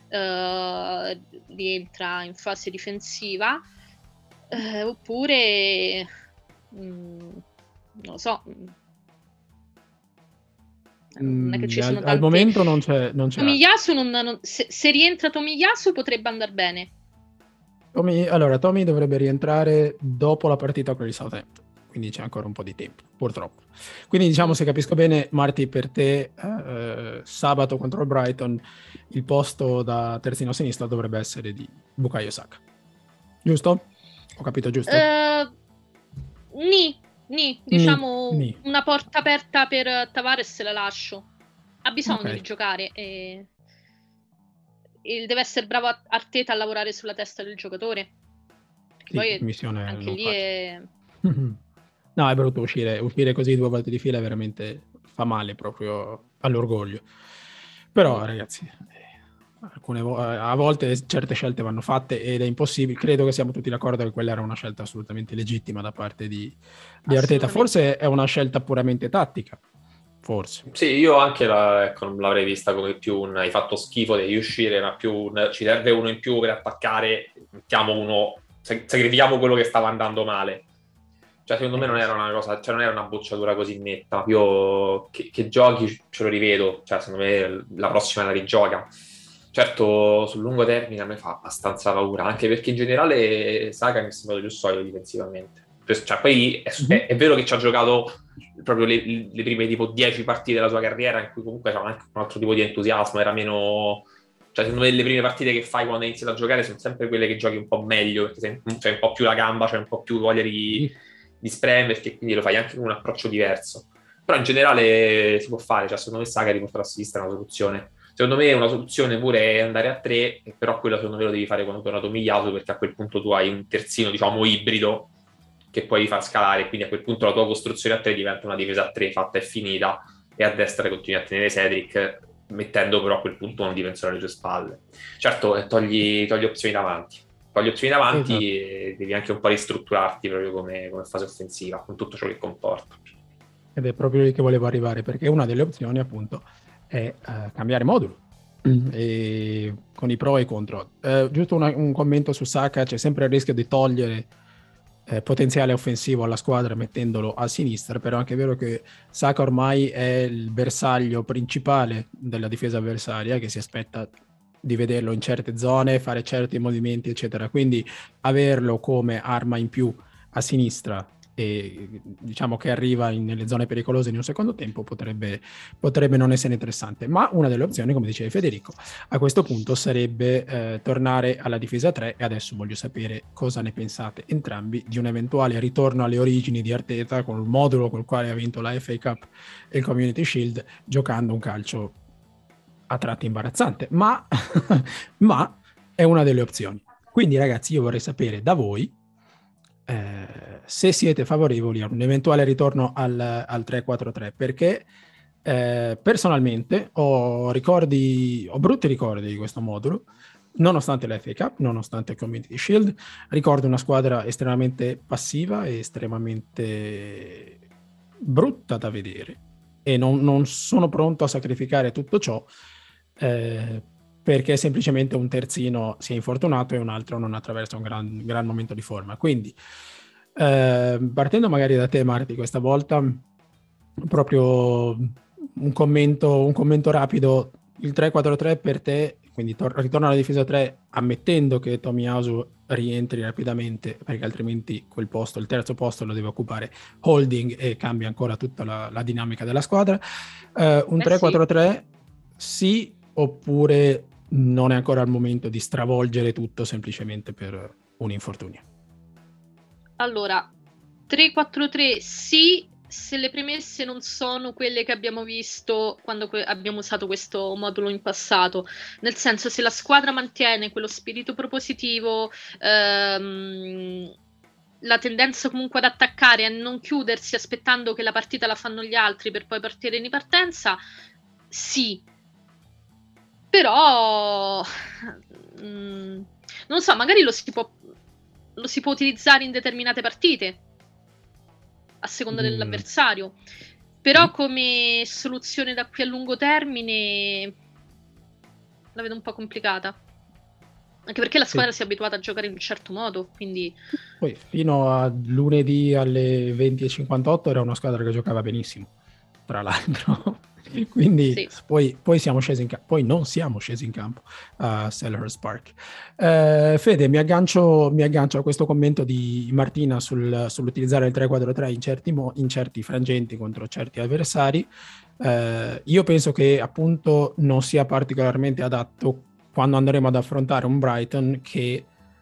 uh, rientra in fase difensiva, uh, oppure mh, non lo so, non è che ci Mm, sono al, tante... al momento non c'è, non c'è Tomiyasu non, non, se, se rientra Tomiyasu potrebbe andare bene. Tommy, allora, Tommy dovrebbe rientrare dopo la partita con il Southampton, quindi c'è ancora un po' di tempo, purtroppo. Quindi diciamo, se capisco bene, Marti, per te eh, sabato contro il Brighton il posto da terzino sinistra dovrebbe essere di Bukayo Saka, giusto? Ho capito giusto? Uh, ni, ni, diciamo ni, ni. Una porta aperta per Tavares la lascio. Ha bisogno Okay. di giocare e... e deve essere bravo Arteta a lavorare sulla testa del giocatore. Sì, poi missione anche non lì facile. è... No, è brutto uscire, uscire così due volte di fila veramente fa male proprio all'orgoglio. Però, ragazzi, alcune vo- a volte certe scelte vanno fatte ed è impossibile. Credo che siamo tutti d'accordo che quella era una scelta assolutamente legittima da parte di, di Arteta. Forse è una scelta puramente tattica. Forse. Sì, io anche la, ecco, non l'avrei vista come più un hai fatto schifo, devi uscire, ma più un, ci serve uno in più per attaccare, mettiamo uno, sacrifichiamo quello che stava andando male. Cioè, secondo me non era una cosa, cioè non era una bocciatura così netta. Io che, che giochi ce lo rivedo, cioè secondo me la prossima la rigioca. Certo, sul lungo termine a me fa abbastanza paura, anche perché in generale Saka mi è sembrato più solido difensivamente. Cioè, poi è, Mm-hmm. è, è vero che ci ha giocato proprio le, le prime tipo dieci partite della sua carriera in cui comunque c'era anche un altro tipo di entusiasmo, era meno... Cioè, secondo me le prime partite che fai quando inizi a giocare sono sempre quelle che giochi un po' meglio, perché sei, c'è un po' più la gamba, c'è un po' più voglia di, di spremerti, e quindi lo fai anche con un approccio diverso. Però in generale si può fare, cioè secondo me Saka di portare a sinistra è una soluzione. Secondo me una soluzione pure è andare a tre, però quello secondo me lo devi fare quando torna Tomiyasu, perché a quel punto tu hai un terzino, diciamo, ibrido che puoi far scalare, quindi a quel punto la tua costruzione a tre diventa una difesa a tre fatta e finita, e a destra continui a tenere Cedric, mettendo però a quel punto un difensore alle tue spalle. Certo, togli, togli opzioni davanti. Togli opzioni davanti esatto. E devi anche un po' ristrutturarti proprio come, come fase offensiva, con tutto ciò che comporta. Ed è proprio lì che volevo arrivare, perché una delle opzioni appunto è uh, cambiare modulo, e con i pro e i contro. Uh, giusto una, un commento su Saka: c'è sempre il rischio di togliere eh, potenziale offensivo alla squadra mettendolo a sinistra, però anche è vero che Saka ormai è il bersaglio principale della difesa avversaria, che si aspetta di vederlo in certe zone, fare certi movimenti eccetera, quindi averlo come arma in più a sinistra e diciamo che arriva in, nelle zone pericolose in un secondo tempo potrebbe, potrebbe non essere interessante. Ma una delle opzioni, come diceva Federico, a questo punto sarebbe eh, tornare alla difesa tre, e adesso voglio sapere cosa ne pensate entrambi di un eventuale ritorno alle origini di Arteta, con il modulo col quale ha vinto la F A Cup e il Community Shield, giocando un calcio a tratti imbarazzante, ma, ma è una delle opzioni. Quindi ragazzi, io vorrei sapere da voi Eh, se siete favorevoli a un eventuale ritorno al, al tre quattro tre, perché eh, personalmente ho ricordi, ho brutti ricordi di questo modulo, nonostante la F A Cup, nonostante il Community Shield. Ricordo una squadra estremamente passiva e estremamente brutta da vedere, e non, non sono pronto a sacrificare tutto ciò eh, perché semplicemente un terzino si è infortunato e un altro non attraversa un gran, gran momento di forma. Quindi eh, partendo magari da te, Marti, questa volta, proprio un commento, un commento rapido: il tre quattro tre per te, quindi tor- ritorno alla difesa tre, ammettendo che Tomiyasu rientri rapidamente, perché altrimenti quel posto, il terzo posto, lo deve occupare Holding e cambia ancora tutta la, la dinamica della squadra. Eh, un tre quattro tre sì, oppure non è ancora il momento di stravolgere tutto semplicemente per un infortunio? Allora, tre quattro tre sì, se le premesse non sono quelle che abbiamo visto quando que- abbiamo usato questo modulo in passato, nel senso, se la squadra mantiene quello spirito propositivo, ehm, la tendenza comunque ad attaccare e a non chiudersi aspettando che la partita la fanno gli altri per poi partire in ripartenza, sì. Però mh, non so, magari lo si può lo si può utilizzare in determinate partite a seconda mm. dell'avversario, però mm. come soluzione da qui a lungo termine la vedo un po' complicata, anche perché la squadra sì. si è abituata a giocare in un certo modo, quindi poi fino a lunedì alle venti e cinquantotto era una squadra che giocava benissimo, tra l'altro. Quindi sì. poi, poi siamo scesi in campo, poi non siamo scesi in campo a Selhurst Park. Eh, Fede, mi aggancio, mi aggancio a questo commento di Martina sul, sull'utilizzare il tre quattro tre in certi, mo, in certi frangenti contro certi avversari. Eh, io penso che appunto non sia particolarmente adatto quando andremo ad affrontare un Brighton che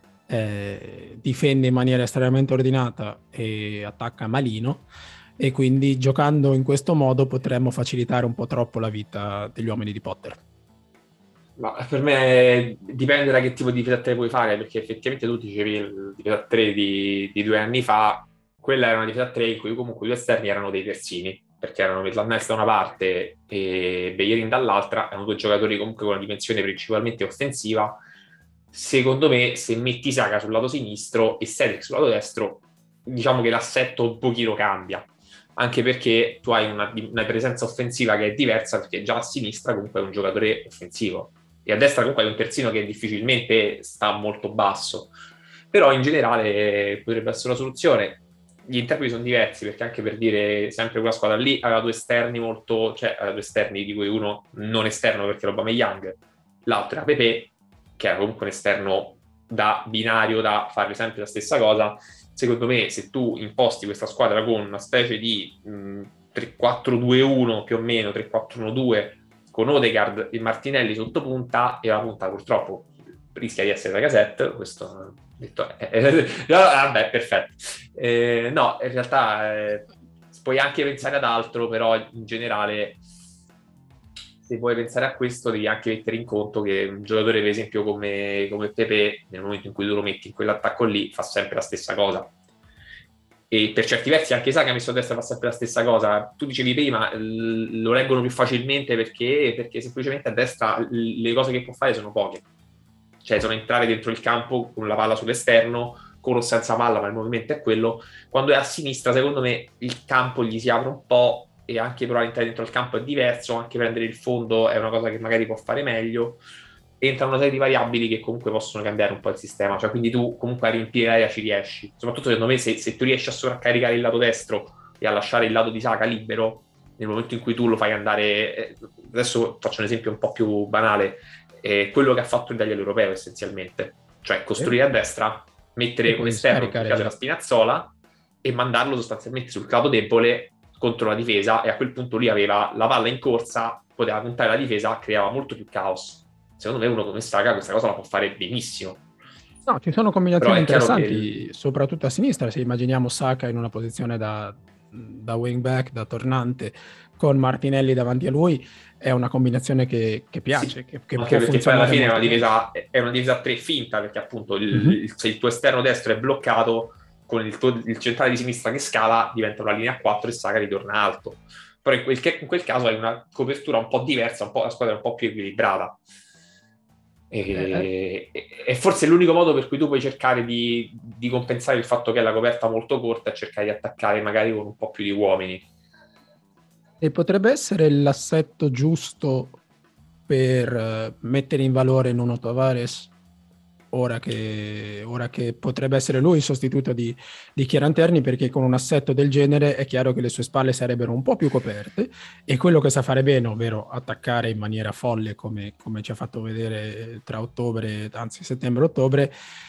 eh, difende in maniera estremamente ordinata e attacca malino, e quindi giocando in questo modo potremmo facilitare un po' troppo la vita degli uomini di Potter. Ma per me dipende da che tipo di difesa a tre puoi fare, perché effettivamente tu dicevi il difesa a tre di, di due anni fa, quella era una difesa a tre in cui comunque i due esterni erano dei terzini, perché erano Maitland-Niles da una parte e Bellerin dall'altra, erano due giocatori comunque con una dimensione principalmente offensiva. Secondo me, se metti Saka sul lato sinistro e Cedric sul lato destro, diciamo che l'assetto un pochino cambia, anche perché tu hai una, una presenza offensiva che è diversa, perché già a sinistra comunque è un giocatore offensivo e a destra comunque è un terzino che difficilmente sta molto basso, però in generale potrebbe essere una soluzione. Gli interpreti sono diversi, perché anche per dire, sempre quella squadra lì aveva due esterni molto, cioè aveva due esterni di cui uno non esterno perché era Aubameyang, l'altro era Pepe, che era comunque un esterno da binario, da fare sempre la stessa cosa. Secondo me, se tu imposti questa squadra con una specie di mh, tre quattro due uno più o meno, tre quattro uno due, con Odegaard e Martinelli sotto punta, e la punta purtroppo rischia di essere la Lacazette, questo detto è, è, è, vabbè, perfetto. Eh, no, in realtà eh, puoi anche pensare ad altro, però in generale se vuoi pensare a questo devi anche mettere in conto che un giocatore per esempio come, come Pepe, nel momento in cui tu lo metti in quell'attacco lì, fa sempre la stessa cosa. E per certi versi anche Saka messo a destra fa sempre la stessa cosa. Tu dicevi prima, l- lo leggono più facilmente perché, perché semplicemente a destra l- le cose che può fare sono poche. Cioè sono entrare dentro il campo con la palla sull'esterno, con o senza palla, ma il movimento è quello. Quando è a sinistra, secondo me, il campo gli si apre un po' e anche provare a entrare dentro il campo è diverso, anche prendere il fondo è una cosa che magari può fare meglio. Entrano una serie di variabili che comunque possono cambiare un po' il sistema, cioè quindi tu comunque a riempire l'area ci riesci, soprattutto secondo me se, se tu riesci a sovraccaricare il lato destro e a lasciare il lato di Saka libero, nel momento in cui tu lo fai andare, eh, adesso faccio un esempio un po' più banale, eh, quello che ha fatto il Daniele Europeo essenzialmente, cioè costruire a destra, mettere come esterno la Spinazzola e mandarlo sostanzialmente sul lato debole contro la difesa, e a quel punto lì aveva la palla in corsa, poteva puntare la difesa, creava molto più caos. Secondo me uno come Saka questa cosa la può fare benissimo. No, ci sono combinazioni interessanti, il... soprattutto a sinistra, se immaginiamo Saka in una posizione da, da wing back, da tornante, con Martinelli davanti a lui, è una combinazione che, che piace, sì, che, che anche può perché poi alla fine è una bene. difesa è una difesa a tre finta, perché appunto il, mm-hmm. il, se il tuo esterno destro è bloccato, con il, tuo, il centrale di sinistra che scala diventa una linea a quattro e Saka ritorna alto. Però in quel, in quel caso hai una copertura un po' diversa, un po', la squadra è un po' più equilibrata. E, eh. e forse l'unico modo per cui tu puoi cercare di, di compensare il fatto che è la coperta molto corta è cercare di attaccare magari con un po' più di uomini. E potrebbe essere l'assetto giusto per mettere in valore Nuno Tavares ora che, ora che potrebbe essere lui il sostituto di, di Kieran Tierney, perché con un assetto del genere è chiaro che le sue spalle sarebbero un po' più coperte e quello che sa fare bene, ovvero attaccare in maniera folle come, come ci ha fatto vedere tra ottobre, anzi settembre-ottobre,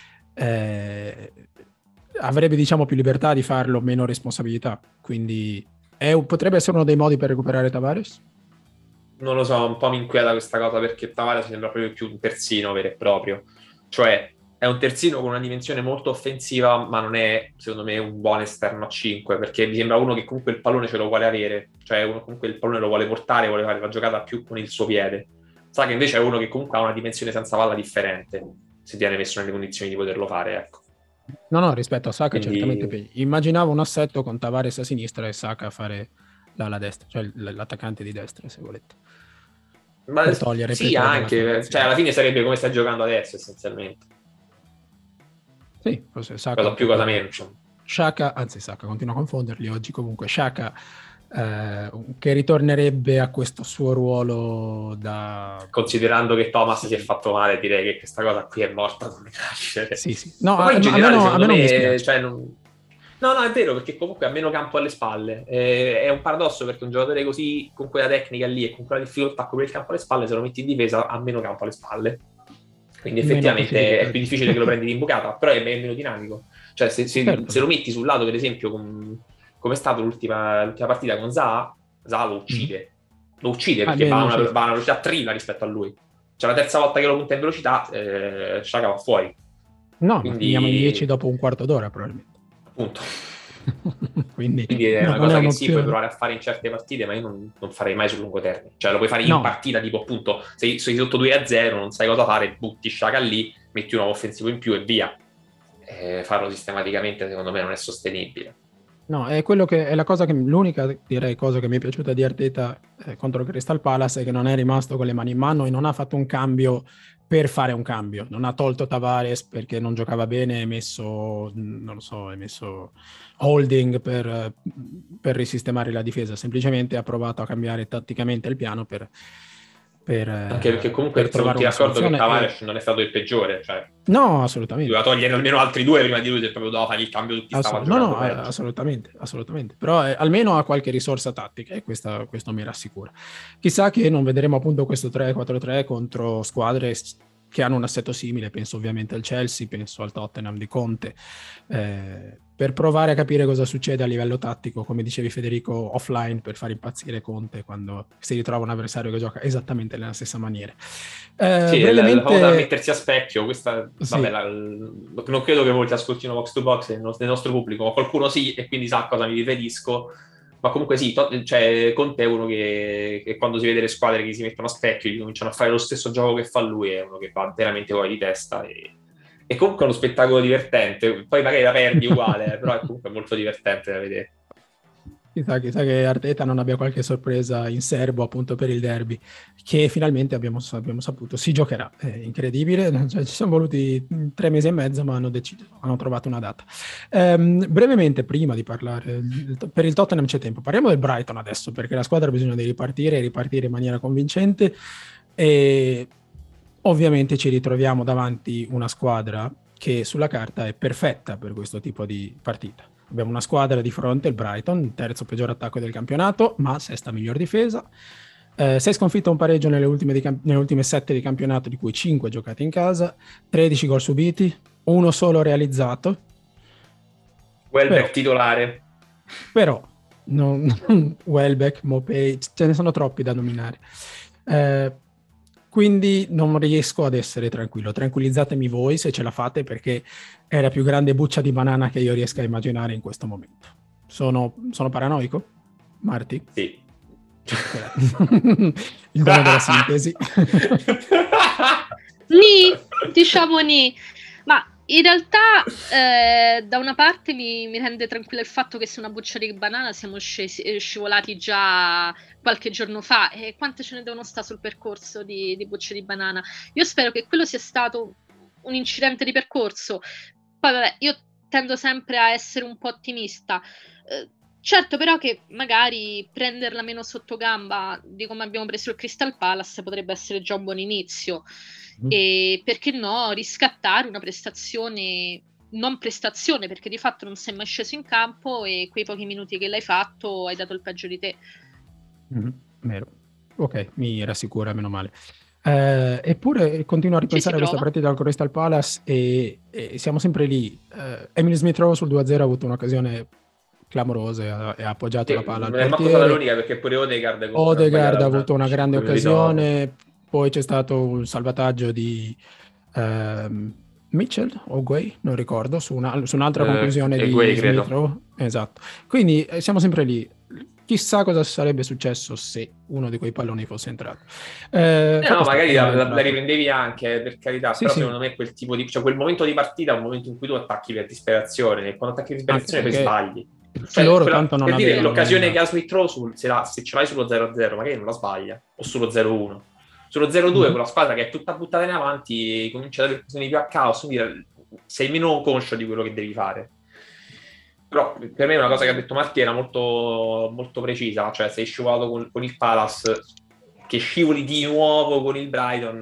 eh, avrebbe diciamo più libertà di farlo, meno responsabilità, quindi è, potrebbe essere uno dei modi per recuperare Tavares? Non lo so, un po' mi inquieta questa cosa perché Tavares sembra proprio più un terzino vero e proprio. Cioè è un terzino con una dimensione molto offensiva, ma non è secondo me un buon esterno a cinque, perché mi sembra uno che comunque il pallone ce lo vuole avere, cioè uno comunque il pallone lo vuole portare, vuole fare la giocata più con il suo piede. Sa che invece è uno che comunque ha una dimensione senza palla differente, se viene messo nelle condizioni di poterlo fare, ecco. No, no, rispetto a Saka Quindi... certamente. Immaginavo un assetto con Tavares a sinistra e Saka a fare l'ala destra, cioè l'attaccante di destra, se volete. Ma per togliere sì, anche, cioè alla fine sarebbe come stai giocando adesso essenzialmente. Sì, forse Saka cosa più, cosa meno. Xhaka, anzi Saka, continuo a confonderli oggi comunque. Xhaka eh, che ritornerebbe a questo suo ruolo da... Considerando che Thomas sì. si è fatto male, direi che questa cosa qui è morta come nascere. Sì, sì. No, ma poi in a, generale, a me, secondo a me me, cioè, non... No, no, è vero, perché comunque ha meno campo alle spalle. Eh, è un paradosso perché un giocatore così, con quella tecnica lì e con quella difficoltà a coprire il campo alle spalle, se lo metti in difesa ha meno campo alle spalle. Quindi effettivamente è più difficile che lo prendi di imbucata, però è meno dinamico. Cioè se, se, certo. se lo metti sul lato, per esempio, com, come è stato l'ultima, l'ultima partita con Zaha, Zaha lo uccide. Mm. Lo uccide perché ah, va, una, va a una velocità trilla rispetto a lui. Cioè la terza volta che lo punta in velocità, eh, Xhaka va fuori. No, Quindi... ma finiamo in dieci dopo un quarto d'ora probabilmente. Appunto. Quindi, Quindi è una cosa è che sì, puoi provare a fare in certe partite, ma io non, non farei mai sul lungo termine. Cioè lo puoi fare no. in partita, tipo appunto, sei, sei sotto due a zero, non sai cosa fare, butti Xhaka lì, metti un uomo offensivo in più e via. Eh, farlo sistematicamente secondo me non è sostenibile. No, è quello che è la cosa che l'unica direi cosa che mi è piaciuta di Arteta eh, contro il Crystal Palace è che non è rimasto con le mani in mano e non ha fatto un cambio per fare un cambio, non ha tolto Tavares perché non giocava bene, ha messo non lo so, ha messo Holding per, per risistemare la difesa, semplicemente ha provato a cambiare tatticamente il piano per Per, anche perché comunque per trovare una d'accordo che Tavares e... non è stato il peggiore, cioè no, assolutamente doveva togliere almeno altri due prima di lui, se proprio doveva fare il cambio tutti Assolut- stava no, no, peggio. assolutamente, assolutamente però eh, almeno ha qualche risorsa tattica e questa, questo mi rassicura. Chissà che non vedremo appunto questo tre quattro tre contro squadre che hanno un assetto simile, penso ovviamente al Chelsea, penso al Tottenham di Conte, eh, per provare a capire cosa succede a livello tattico, come dicevi Federico, offline, per far impazzire Conte quando si ritrova un avversario che gioca esattamente nella stessa maniera. Eh, sì, brevemente... la cosa da mettersi a specchio, questa, sì. vabbè, la, non credo che molti ascoltino Box to Box nel nostro, nel nostro pubblico, ma qualcuno sì, e quindi sa a cosa mi riferisco. ma comunque sì, to- cioè, Conte è uno che, che quando si vede le squadre che si mettono a specchio gli cominciano a fare lo stesso gioco che fa lui, è uno che va veramente fuori di testa e, e comunque è uno spettacolo divertente, poi magari la perdi uguale, però è comunque molto divertente da vedere. Chissà, chissà che Arteta non abbia qualche sorpresa in serbo appunto per il derby, che finalmente abbiamo, abbiamo saputo si giocherà. È incredibile, cioè, ci sono voluti tre mesi e mezzo, ma hanno deciso, hanno trovato una data. Ehm, brevemente, prima di parlare, per il Tottenham c'è tempo, parliamo del Brighton adesso, perché la squadra ha bisogno di ripartire e ripartire in maniera convincente e ovviamente ci ritroviamo davanti una squadra che sulla carta è perfetta per questo tipo di partita. Abbiamo una squadra di fronte, il Brighton, terzo peggior attacco del campionato, ma sesta miglior difesa. Eh, sei sconfitto un pareggio nelle ultime, di camp- nelle ultime sette di campionato, di cui cinque giocati in casa, tredici gol subiti, uno solo realizzato. Welbeck Però, titolare. però non, Welbeck, Mopey, ce ne sono troppi da nominare. Eh, quindi non riesco ad essere tranquillo. Tranquillizzatemi voi se ce la fate, perché è la più grande buccia di banana che io riesca a immaginare in questo momento. Sono, sono paranoico? Marti? Sì. Il dono della sintesi. Ni, diciamo ni. Ma in realtà eh, da una parte mi, mi rende tranquillo il fatto che se una buccia di banana siamo scesi, eh, scivolati già qualche giorno fa, e quante ce ne devono stare sul percorso di, di bucce di banana. Io spero che quello sia stato un incidente di percorso. Poi vabbè, io tendo sempre a essere un po' ottimista. Eh, certo, però, che magari prenderla meno sotto gamba di come abbiamo preso il Crystal Palace potrebbe essere già un buon inizio. Mm. E perché no, riscattare una prestazione, non prestazione, perché di fatto non sei mai sceso in campo e quei pochi minuti che l'hai fatto hai dato il peggio di te. Mm, vero. Ok, mi rassicura, meno male. Eh, eppure continuo a ripensare a questa partita al Crystal Palace e, e siamo sempre lì. Eh, Emile Smith-Rowe sul due a zero ha avuto un'occasione clamorosa e ha, e ha appoggiato sì, la palla al non è manco portiere. stata l'unica, perché pure Odegaard, Odegaard ha avuto una grande occasione, risolve. Poi c'è stato un salvataggio di ehm, Mitchell o Guay, non ricordo, su, una, su un'altra eh, conclusione di Guay, Smith-Rowe. Esatto. Quindi eh, siamo sempre lì. Chissà cosa sarebbe successo se uno di quei palloni fosse entrato. Eh, eh no, magari la, la, la riprendevi anche, per carità, sì, però sì. Secondo me quel tipo di, cioè quel momento di partita è un momento in cui tu attacchi per disperazione, e quando attacchi per disperazione poi sbagli. Cioè, loro quella, tanto non per dire, l'occasione nulla. che ha Smith-Rowe, sul, se, la, se ce l'hai sullo zero a zero magari non la sbaglia, o sullo zero a uno. Sullo zero a due, mm-hmm. Quella squadra che è tutta buttata in avanti comincia ad avere occasioni più a caos, quindi sei meno conscio di quello che devi fare. Però per me una cosa che ha detto Marti era molto, molto precisa, cioè sei scivolato con, con il Palace, che scivoli di nuovo con il Brighton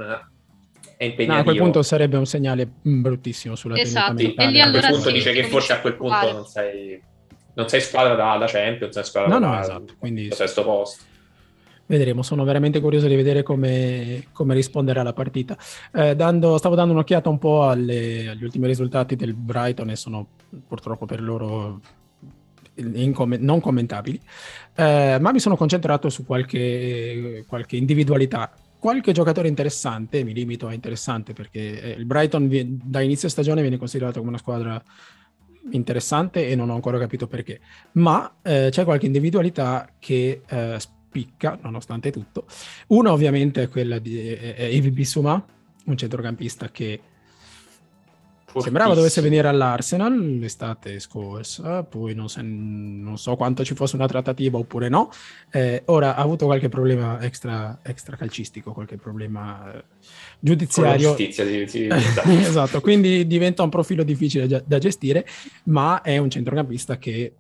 è impegnativo. No, a quel punto sarebbe un segnale bruttissimo sulla esatto. tenuta mentale. E lì allora a quel punto sì, dice che forse a quel punto vale. non sei non sei squadra da, da Champions, sei squadra no, da, no, esatto. Quindi da sesto posto. Vedremo, sono veramente curioso di vedere come, come rispondere alla partita. Eh, dando, stavo dando un'occhiata un po' alle, agli ultimi risultati del Brighton e sono purtroppo per loro incom- non commentabili, eh, ma mi sono concentrato su qualche, qualche individualità. Qualche giocatore interessante, mi limito a interessante perché il Brighton vi- da inizio stagione viene considerato come una squadra interessante e non ho ancora capito perché, ma eh, c'è qualche individualità che eh, spicca nonostante tutto. Una ovviamente è quella di Yves Bissouma, un centrocampista che Fortissimo. Sembrava dovesse venire all'Arsenal l'estate scorsa, poi non, se, non so quanto ci fosse una trattativa oppure no. Eh, ora ha avuto qualche problema extra, extra calcistico, qualche problema eh, giudiziario. Con la giustizia, sì, sì. Esatto, quindi diventa un profilo difficile da, da gestire, ma è un centrocampista che,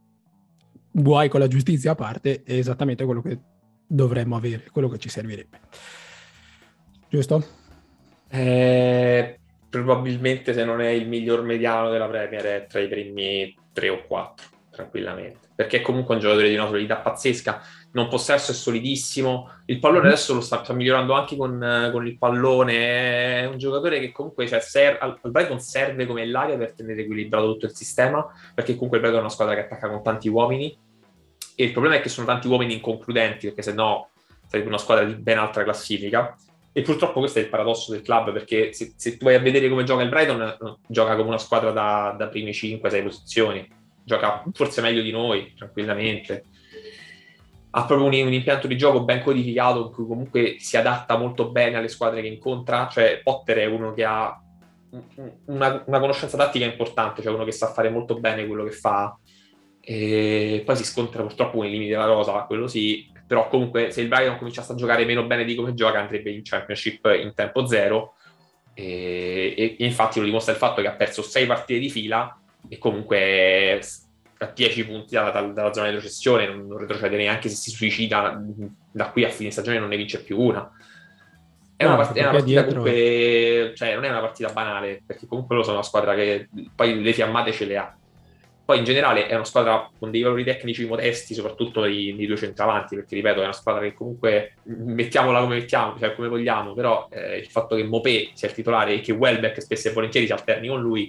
guai con la giustizia a parte, è esattamente quello che dovremmo avere, quello che ci servirebbe. Giusto? Eh... probabilmente, se non è il miglior mediano della Premier, è tra i primi tre o quattro tranquillamente, perché è comunque un giocatore di una solidità pazzesca, non possesso, è solidissimo, il pallone adesso lo sta, sta migliorando anche con, con il pallone, è un giocatore che comunque cioè, ser- al, al Brighton serve come l'aria per tenere equilibrato tutto il sistema, perché comunque il Brighton è una squadra che attacca con tanti uomini e il problema è che sono tanti uomini inconcludenti, perché sennò sarebbe una squadra di ben altra classifica. E purtroppo questo è il paradosso del club, perché se, se tu vai a vedere come gioca il Brighton, gioca come una squadra da, da prime cinque sei posizioni. gioca forse meglio di noi, tranquillamente. Ha proprio un, un impianto di gioco ben codificato, in cui comunque si adatta molto bene alle squadre che incontra. Cioè Potter è uno che ha una, una conoscenza tattica importante, cioè uno che sa fare molto bene quello che fa, e poi si scontra purtroppo con i limiti della rosa, quello sì, però comunque se il Brighton cominciasse a giocare meno bene di come gioca andrebbe in Championship in tempo zero, e, e infatti lo dimostra il fatto che ha perso sei partite di fila e comunque a dieci punti dalla, dalla zona di retrocessione, non, non retrocede neanche se si suicida, da qui a fine stagione non ne vince più una. È, no, una, part- è una partita dietro... comunque, cioè non è una partita banale, perché comunque loro sono una squadra che poi le fiammate ce le ha. Poi in generale è una squadra con dei valori tecnici modesti, soprattutto nei, nei due centravanti, perché ripeto è una squadra che comunque mettiamola come mettiamo, cioè come vogliamo, però eh, il fatto che Mopé sia il titolare e che Welbeck spesso e volentieri si alterni con lui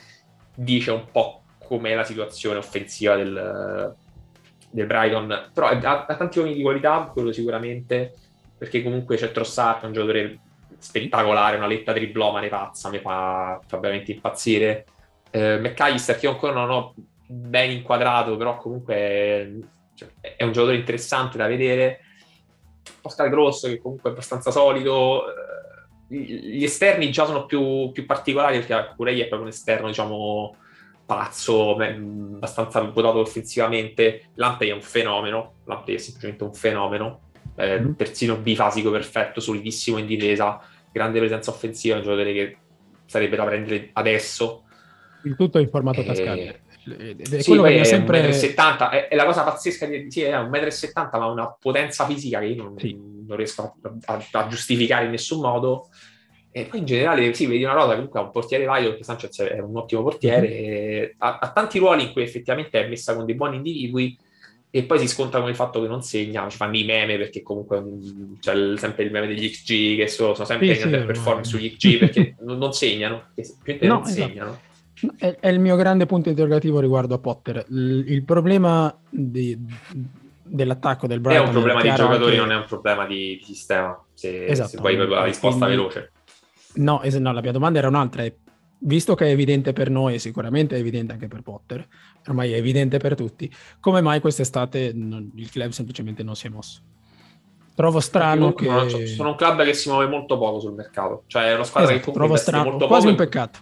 dice un po' com'è la situazione offensiva del, del Brighton. Però ha, ha tanti uomini di qualità, quello sicuramente, perché comunque c'è Trossard, un giocatore spettacolare, una letta triplomane pazza, mi fa, fa veramente impazzire. Eh, McAllister, che io ancora non ho ben inquadrato, però comunque cioè, è un giocatore interessante da vedere. Pascal Grosso, che comunque è abbastanza solido. Eh, gli esterni già sono più, più particolari, perché Cucurella è proprio un esterno, diciamo, pazzo, abbastanza votato offensivamente. Lamptey è un fenomeno, Lamptey è semplicemente un fenomeno. Eh, mm-hmm. Persino bifasico perfetto, solidissimo in difesa, grande presenza offensiva, un giocatore che sarebbe da prendere adesso. Il tutto in formato tascabile. Ed è sì, quello che mi ha sempre... un metro e settanta, è, è la cosa pazzesca di sì, è un metro e settanta, ma una potenza fisica che io non, sì. non riesco a, a, a giustificare in nessun modo. E poi in generale sì, vedi una rosa, comunque ha un portiere valido, perché Sanchez è un ottimo portiere, mm-hmm. ha, ha tanti ruoli in cui effettivamente è messa con dei buoni individui, e poi si scontra con il fatto che non segna, ci fanno i meme, perché comunque c'è sempre il meme degli X G, che sono, sono sempre sì, in underperformance sì, sugli X G, perché non segnano, perché no, non esatto. segnano. È, è il mio grande punto interrogativo riguardo a Potter. Il, il problema di, dell'attacco del Brighton è un problema di giocatori, anche... non è un problema di, di sistema, se, esatto, se vuoi la risposta quindi... veloce. No, es- no, la mia domanda era un'altra. È, visto che è evidente per noi, e sicuramente è evidente anche per Potter, ormai è evidente per tutti, come mai quest'estate non, il club semplicemente non si è mosso? Trovo strano che... Non so, sono un club che si muove molto poco sul mercato, cioè è una squadra esatto, che comunque trovo strano, molto quasi poco un peccato.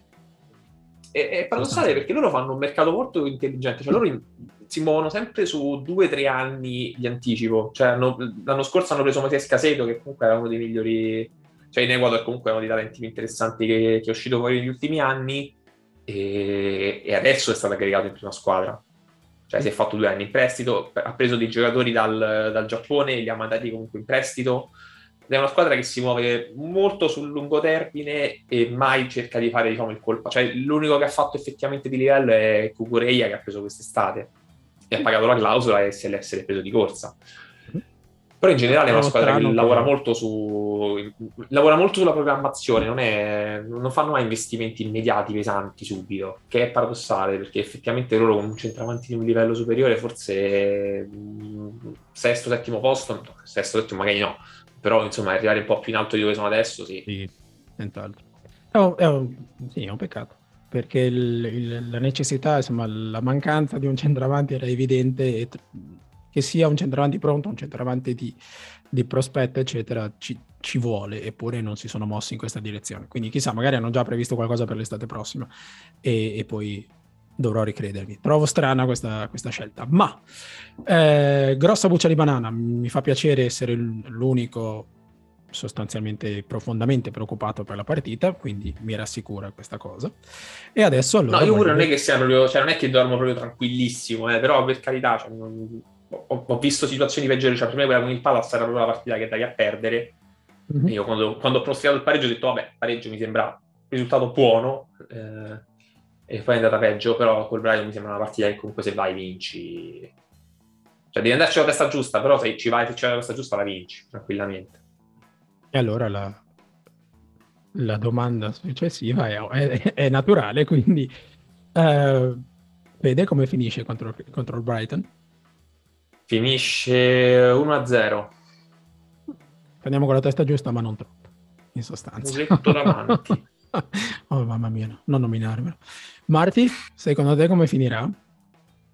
È, è paradossale perché loro fanno un mercato molto intelligente, cioè loro in, si muovono sempre su due o tre anni di anticipo, cioè hanno, l'anno scorso hanno preso Mattia Scaseto, che comunque era uno dei migliori, cioè in Ecuador comunque è uno dei talenti più interessanti che, che è uscito fuori negli ultimi anni, e, e adesso è stato aggregato in prima squadra, cioè si è fatto due anni in prestito, ha preso dei giocatori dal, dal Giappone e li ha mandati comunque in prestito. È una squadra che si muove molto sul lungo termine e mai cerca di fare, diciamo, il colpo. Cioè, l'unico che ha fatto effettivamente di livello è Cucurella, che ha preso quest'estate e ha pagato la clausola e se l'è, se l'è preso di corsa. Però in generale è una squadra che lavora molto su lavora molto sulla programmazione, non, è, non fanno mai investimenti immediati pesanti subito, che è paradossale, perché effettivamente loro con un centravanti di un livello superiore, forse mh, sesto, settimo posto, sesto, settimo magari no, però insomma arrivare un po' più in alto di dove sono adesso sì. Sì, senz'altro. È un, è un, sì, è un peccato, perché il, il, la necessità, insomma, la mancanza di un centravanti era evidente, e che sia un centravanti pronto, un centravanti di, di prospetto, eccetera, ci, ci vuole, eppure non si sono mossi in questa direzione. Quindi chissà, magari hanno già previsto qualcosa per l'estate prossima e, e poi dovrò ricredermi. Trovo strana questa, questa scelta, ma eh, grossa buccia di banana, mi fa piacere essere l'unico sostanzialmente profondamente preoccupato per la partita, quindi mi rassicura questa cosa. E adesso allora no, io pure non è che sia proprio, cioè non è che dormo proprio tranquillissimo, eh, però per carità, cioè, non, ho, ho visto situazioni peggiori, cioè per me quella con il Palace era proprio la partita che davi a perdere. Mm-hmm. E io quando, quando ho pronosticato il pareggio ho detto vabbè, pareggio mi sembra un risultato buono, eh, e poi è andata peggio, però col Brighton mi sembra una partita che comunque se vai vinci, cioè devi andarci alla testa giusta, però se ci vai, se c'è la testa giusta la vinci tranquillamente. E allora la, la domanda successiva è, è, è naturale, quindi uh, vede come finisce contro, contro il Brighton? Finisce uno a zero. Andiamo con la testa giusta, ma non troppo, in sostanza. Musetto davanti. Oh mamma mia, no, non nominarmelo. Marti, secondo te come finirà?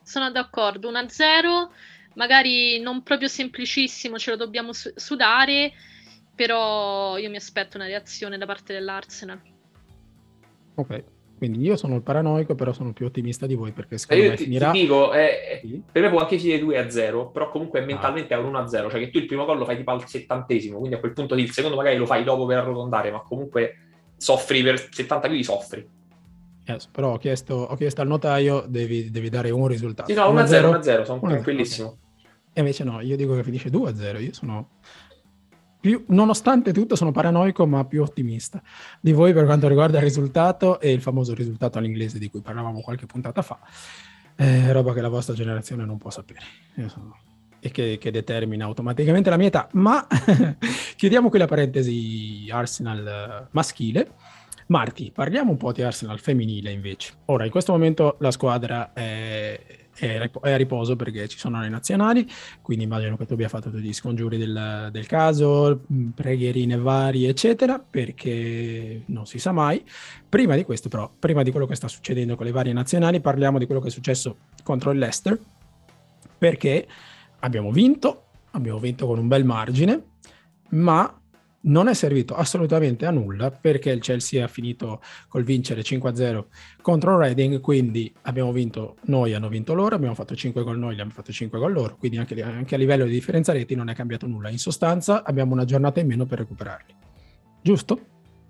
sono d'accordo, uno a zero, magari non proprio semplicissimo, ce lo dobbiamo su- sudare, però io mi aspetto una reazione da parte dell'Arsenal. Ok, quindi io sono il paranoico, però sono più ottimista di voi perché E secondo io me ti, finirà... ti dico, eh, Sì. per me può anche finire due a zero, però comunque Ah, mentalmente è un uno a zero, cioè che tu il primo gol lo fai tipo al settantesimo, quindi a quel punto lì il secondo magari lo fai dopo per arrotondare, ma comunque soffri per settanta minuti, soffri. yes, però ho chiesto, ho chiesto al notaio, devi, devi dare un risultato. Sì, no, uno a zero, uno a zero, sono uno a zero, tranquillissimo. ok. E invece no, io dico che finisce due a zero, io sono... Più, nonostante tutto sono paranoico ma più ottimista di voi per quanto riguarda il risultato e il famoso risultato all'inglese di cui parlavamo qualche puntata fa, eh, roba che la vostra generazione non può sapere sono... e che, che determina automaticamente la mia età. Ma chiudiamo qui la parentesi Arsenal maschile. Marti, parliamo un po' di Arsenal femminile invece. Ora, in questo momento la squadra è, è, è a riposo perché ci sono le nazionali, quindi immagino che tu abbia fatto tutti gli scongiuri del, del caso, preghierine varie, eccetera, perché non si sa mai. Prima di questo, però, prima di quello che sta succedendo con le varie nazionali, parliamo di quello che è successo contro il Leicester, perché abbiamo vinto, abbiamo vinto con un bel margine, ma non è servito assolutamente a nulla perché il Chelsea ha finito col vincere cinque a zero contro Reading, quindi abbiamo vinto noi, hanno vinto loro, abbiamo fatto cinque gol noi, abbiamo fatto cinque gol loro, quindi anche, anche a livello di differenza reti non è cambiato nulla. In sostanza abbiamo una giornata in meno per recuperarli. Giusto?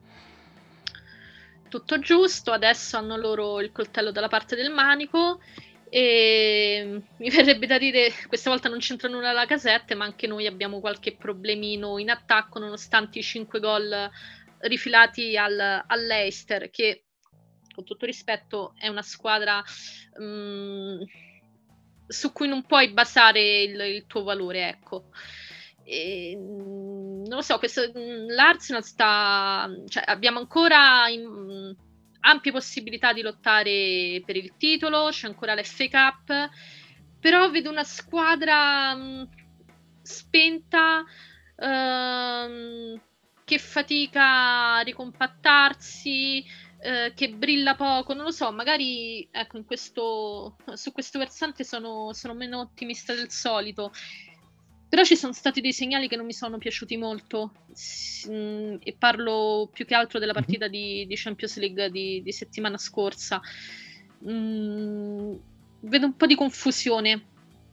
Tutto giusto, adesso hanno loro il coltello dalla parte del manico e mi verrebbe da dire, questa volta non c'entra nulla la Lacazette, ma anche noi abbiamo qualche problemino in attacco nonostante i cinque gol rifilati al, all'Eister, che con tutto rispetto è una squadra um, su cui non puoi basare il, il tuo valore, ecco. E, non lo so, questo, l'Arsenal sta, cioè, abbiamo ancora in, ampie possibilità di lottare per il titolo, c'è ancora l'F A Cup, però vedo una squadra mh, spenta, ehm, che fatica a ricompattarsi, eh, che brilla poco, non lo so, magari ecco, in questo, su questo versante sono, sono meno ottimista del solito. Però ci sono stati dei segnali che non mi sono piaciuti molto, S- mh, e parlo più che altro della partita di, di Champions League di, di settimana scorsa. Mm, vedo un po' di confusione,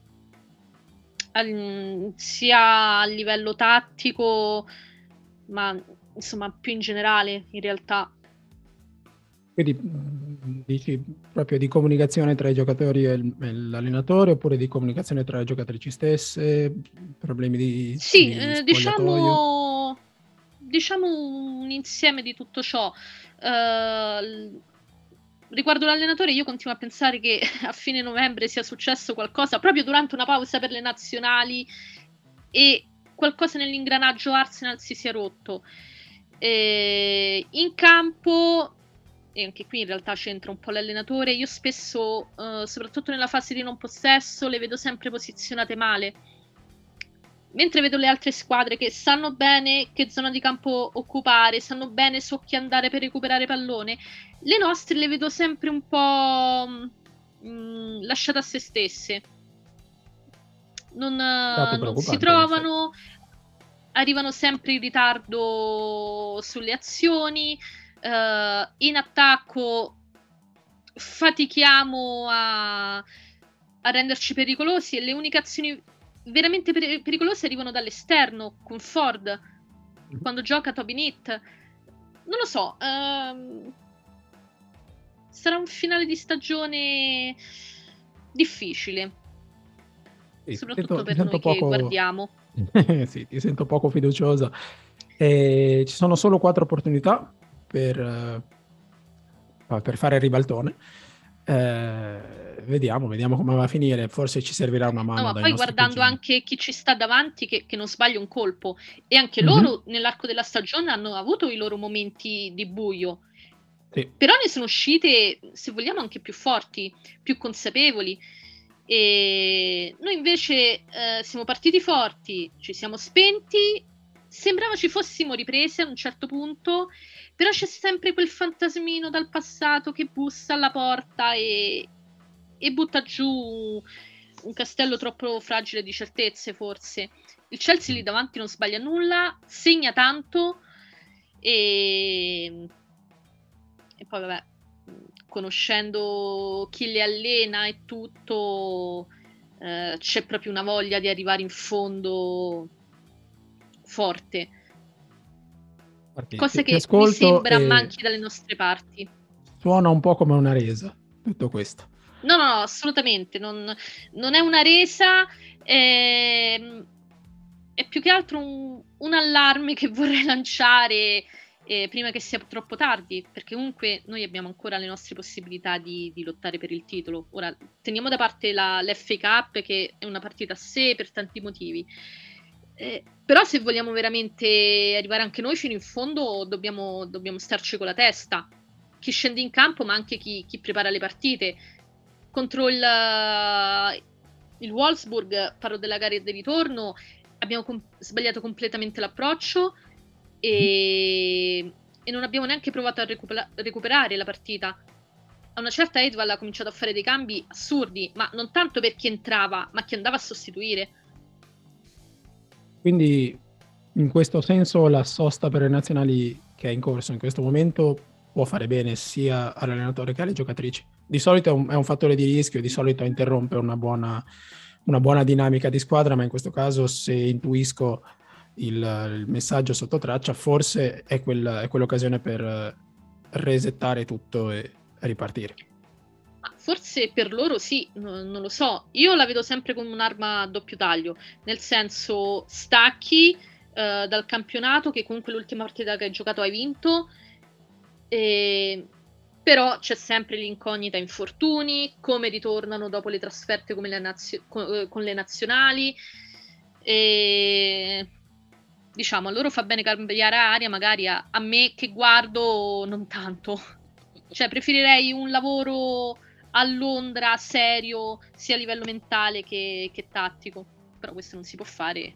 al- sia a livello tattico, ma insomma più in generale in realtà. Quindi mh, dici proprio di comunicazione tra i giocatori e, il, e l'allenatore, oppure di comunicazione tra le giocatrici stesse, problemi di, Sì, di eh, spogliatoio? diciamo, diciamo un insieme di tutto ciò. Eh, l- riguardo l'allenatore, io continuo a pensare che a fine novembre sia successo qualcosa proprio durante una pausa per le nazionali e qualcosa nell'ingranaggio Arsenal si sia rotto. Eh, in campo, e anche qui in realtà c'entra un po' l'allenatore, io spesso, eh, soprattutto nella fase di non possesso, le vedo sempre posizionate male. Mentre vedo le altre squadre che sanno bene che zona di campo occupare, sanno bene su chi andare per recuperare pallone, le nostre le vedo sempre un po' mh, lasciate a se stesse. Non, Dato non si preoccupante, in effetti. trovano, arrivano sempre in ritardo sulle azioni, eh, in attacco fatichiamo a, a renderci pericolosi e le uniche azioni veramente per- pericolose arrivano dall'esterno, con Ford, quando gioca Toby Nitt. Non lo so, ehm, sarà un finale di stagione difficile, Sì, ti soprattutto sento, ti per sento noi che poco, guardiamo. sì, ti sento poco fiduciosa. E ci sono solo quattro opportunità per, eh, per fare il ribaltone. Eh, vediamo, vediamo come va a finire. Forse ci servirà una No, mano ma dai poi nostri guardando cugini. anche chi ci sta davanti, che, che non sbaglia un colpo, e anche Mhm. loro nell'arco della stagione hanno avuto i loro momenti di buio. Sì. Però ne sono uscite, se vogliamo, anche più forti, più consapevoli. E noi invece eh, siamo partiti forti, ci siamo spenti, sembrava ci fossimo riprese a un certo punto, però c'è sempre quel fantasmino dal passato che bussa alla porta e, e butta giù un castello troppo fragile di certezze, forse. Il Chelsea lì davanti non sbaglia nulla, segna tanto e, e poi vabbè, conoscendo chi le allena e tutto, eh, c'è proprio una voglia di arrivare in fondo forte. Guardi, Cosa ti che mi ascolto sembra e manchi dalle nostre parti. suona un po' come una resa, tutto questo. No, no, no, assolutamente, non, non è una resa, ehm, è più che altro un, un allarme che vorrei lanciare eh, prima che sia troppo tardi, perché comunque noi abbiamo ancora le nostre possibilità di, di lottare per il titolo. Ora, teniamo da parte la, l'F A Cup, che è una partita a sé per tanti motivi. Eh, però se vogliamo veramente arrivare anche noi fino in fondo, dobbiamo, dobbiamo starci con la testa. Chi scende in campo, ma anche chi, chi prepara le partite. Contro il, il Wolfsburg, parlo della gara di ritorno, abbiamo com- sbagliato completamente l'approccio e, e non abbiamo neanche provato a recupera- recuperare la partita. A una certa Edval ha cominciato a fare dei cambi assurdi, ma non tanto per chi entrava, ma chi andava a sostituire. Quindi in questo senso la sosta per le nazionali che è in corso in questo momento può fare bene sia all'allenatore che alle giocatrici. Di solito è un, è un fattore di rischio, di solito interrompe una buona, una buona dinamica di squadra, ma in questo caso, se intuisco il, il messaggio sotto traccia, forse è, quel, è quell'occasione per resettare tutto e ripartire. Forse per loro sì, no, non lo so. Io la vedo sempre come un'arma a doppio taglio, nel senso stacchi eh, dal campionato, che comunque l'ultima partita che hai giocato hai vinto, e... però c'è sempre l'incognita infortuni, come ritornano dopo le trasferte come le nazio- con, con le nazionali, e diciamo a loro fa bene cambiare aria, magari a, a me che guardo non tanto. Cioè preferirei un lavoro a Londra serio sia a livello mentale che, che tattico, però questo non si può fare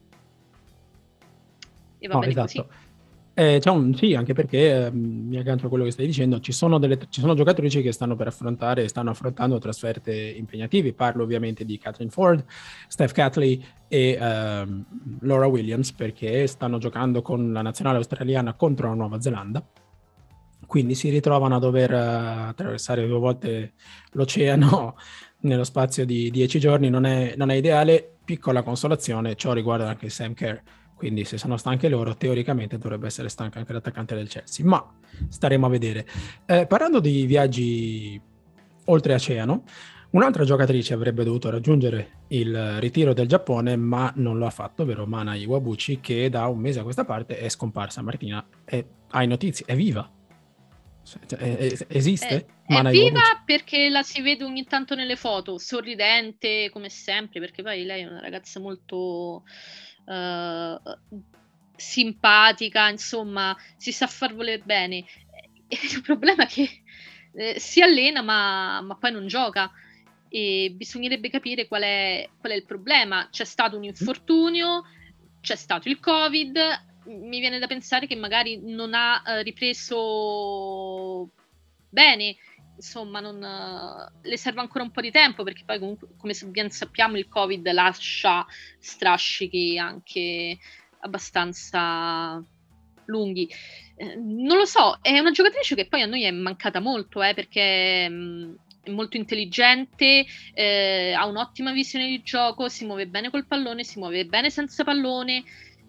e va No, bene esatto. così. Eh, c'è un, sì, anche perché eh, mi aggancio a quello che stai dicendo, ci sono, delle, ci sono giocatrici che stanno per affrontare, stanno affrontando trasferte impegnative. Parlo ovviamente di Catherine Ford, Steph Catley e ehm, Laura Williams, perché stanno giocando con la nazionale australiana contro la Nuova Zelanda. Quindi si ritrovano a dover uh, attraversare due volte l'oceano nello spazio di dieci giorni. Non è, non è ideale. Piccola consolazione, ciò riguarda anche Sam Kerr. Quindi se sono stanche loro, teoricamente dovrebbe essere stanca anche l'attaccante del Chelsea. Ma staremo a vedere. Eh, parlando di viaggi oltreoceano, un'altra giocatrice avrebbe dovuto raggiungere il ritiro del Giappone, ma non lo ha fatto, ovvero Mana Iwabuchi, che da un mese a questa parte è scomparsa. Martina, è, hai notizie? È viva? Cioè, esiste? È, è viva perché la si vede ogni tanto nelle foto, sorridente come sempre, perché poi lei è una ragazza molto uh, simpatica, insomma, si sa far voler bene. Il problema è che eh, si allena ma, ma poi non gioca e bisognerebbe capire qual è, qual è il problema. C'è stato un infortunio, c'è stato il Covid. Mi viene da pensare che magari non ha uh, ripreso bene, insomma, non, uh, le serve ancora un po' di tempo, perché poi comunque, come ben sappiamo, il Covid lascia strascichi anche abbastanza lunghi. Eh, non lo so, è una giocatrice che poi a noi è mancata molto, eh, perché mh, è molto intelligente, eh, ha un'ottima visione di gioco, si muove bene col pallone, si muove bene senza pallone,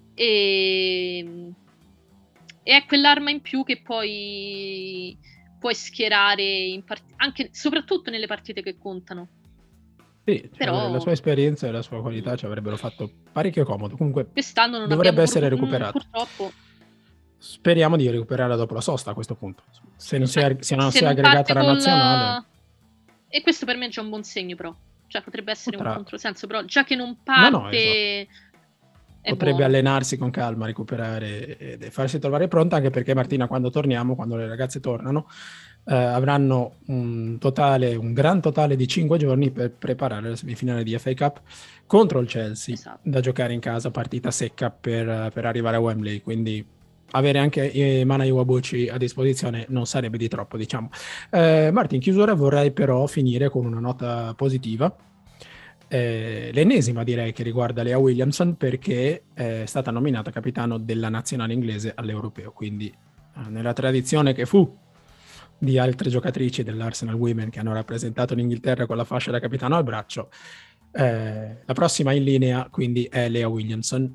e, e è quell'arma in più che poi puoi schierare in part- anche soprattutto nelle partite che contano. Sì, cioè, però la sua esperienza e la sua qualità ci avrebbero fatto parecchio comodo. Comunque quest'anno non dovrebbe abbiamo essere pur- recuperato. purtroppo. Speriamo di recuperarla dopo la sosta a questo punto. Se non si è, se non se si è non aggregata parte alla col... nazionale. E questo per me è già un buon segno, però. Cioè potrebbe essere Potrà... un controsenso, però già che non No, no, parte... esatto. È Potrebbe buono. allenarsi con calma, recuperare e farsi trovare pronta, anche perché Martina, quando torniamo, quando le ragazze tornano, eh, avranno un totale, un gran totale di cinque giorni per preparare la semifinale di F A Cup contro il Chelsea, Esatto. da giocare in casa, partita secca per, per arrivare a Wembley. Quindi avere anche eh, Mana Iwabuchi a disposizione non sarebbe di troppo, diciamo. Eh, Marti, in chiusura vorrei però finire con una nota positiva, eh, l'ennesima direi, che riguarda Lea Williamson, perché è stata nominata capitano della nazionale inglese all'Europeo, quindi eh, nella tradizione che fu di altre giocatrici dell'Arsenal Women che hanno rappresentato l'Inghilterra con la fascia da capitano al braccio, eh, la prossima in linea quindi è Lea Williamson.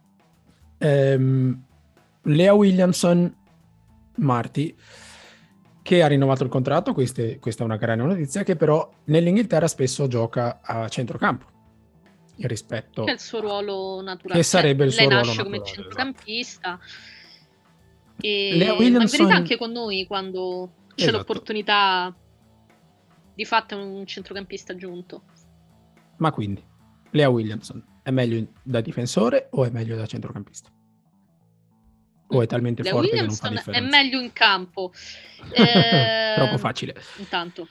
ehm, Lea Williamson, Marti, che ha rinnovato il contratto, queste, questa è una grande notizia, che però nell'Inghilterra spesso gioca a centrocampo, rispetto che è il suo ruolo naturale, che sarebbe cioè, il suo lei ruolo nasce naturale, come centrocampista, esatto. e, Lea ma in Williamson, verità anche con noi, quando c'è esatto, l'opportunità, di fatto è un centrocampista aggiunto. ma quindi Lea Williamson è meglio da difensore o è meglio da centrocampista? O è talmente Lea forte che non fa Williamson è differenza? meglio in campo. Troppo Eh, facile. intanto.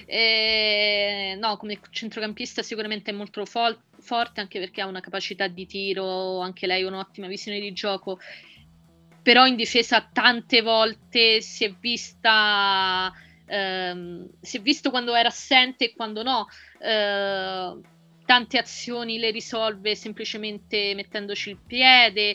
Eh, no, come centrocampista sicuramente è molto fol- forte, anche perché ha una capacità di tiro, anche lei ha un'ottima visione di gioco. Però in difesa tante volte si è vista, ehm, si è visto quando era assente e quando no. Eh, tante azioni le risolve semplicemente mettendoci il piede.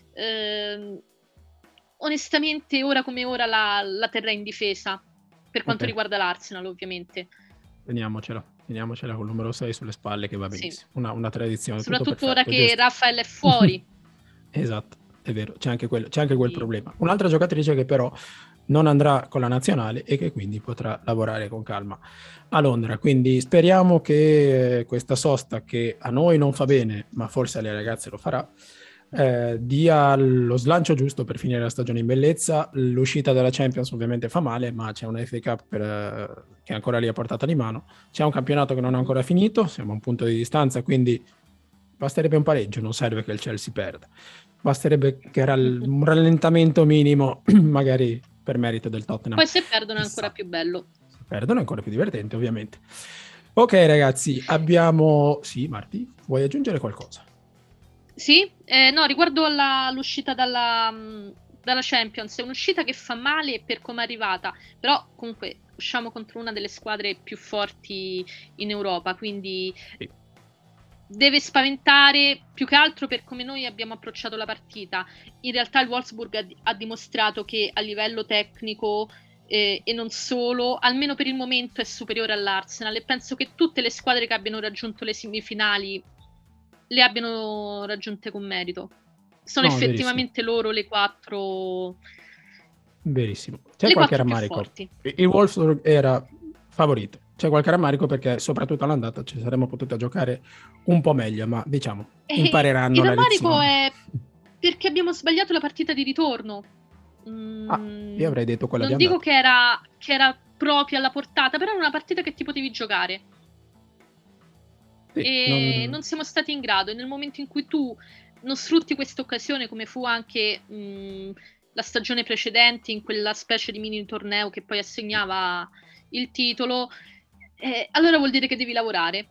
Eh, onestamente ora come ora la, la terrei in difesa, per quanto Ok. riguarda l'Arsenal, ovviamente. Teniamocela, teniamocela col numero sei sulle spalle, che va Sì. benissimo. Una, una tradizione, tutto Soprattutto perfetto, ora che giusto. Rafael è fuori. Esatto, è vero, c'è anche, quello, c'è anche quel Sì. problema. Un'altra giocatrice che però non andrà con la nazionale e che quindi potrà lavorare con calma a Londra. Quindi speriamo che questa sosta, che a noi non fa bene, ma forse alle ragazze lo farà, eh, dia lo slancio giusto per finire la stagione in bellezza. L'uscita dalla Champions ovviamente fa male, ma c'è una F A Cup per, eh, che è ancora lì a portata di mano. C'è un campionato che non è ancora finito, siamo a un punto di distanza, quindi basterebbe un pareggio, non serve che il Chelsea perda. Basterebbe che era un rallentamento minimo, magari per merito del Tottenham. Poi se perdono è Chissà. ancora più bello. Se perdono è ancora più divertente, ovviamente. Ok ragazzi, abbiamo... Sì, Marti, vuoi aggiungere qualcosa? Sì, eh, no, riguardo alla, l'uscita dalla, mh, dalla Champions, è un'uscita che fa male per come è arrivata, però comunque usciamo contro una delle squadre più forti in Europa, quindi Sì. deve spaventare più che altro per come noi abbiamo approcciato la partita. In realtà il Wolfsburg ha, ha dimostrato che a livello tecnico eh, e non solo, almeno per il momento è superiore all'Arsenal, e penso che tutte le squadre che abbiano raggiunto le semifinali le abbiano raggiunte con merito. Sono No, effettivamente loro le quattro, verissimo. C'è le qualche quattro più rammarico. forti. Il Wolfsburg era favorito. C'è qualche rammarico perché soprattutto all'andata ci saremmo potuti giocare un po' meglio, ma diciamo E impareranno il la rammarico lezione. è perché abbiamo sbagliato la partita di ritorno. Mm, Ah, io avrei detto quella non di dico andata. che era, che era proprio alla portata, però era una partita che ti potevi giocare. Sì, E non... non siamo stati in grado, e nel momento in cui tu non sfrutti questa occasione, come fu anche mh, la stagione precedente in quella specie di mini torneo che poi assegnava il titolo, eh, allora vuol dire che devi lavorare.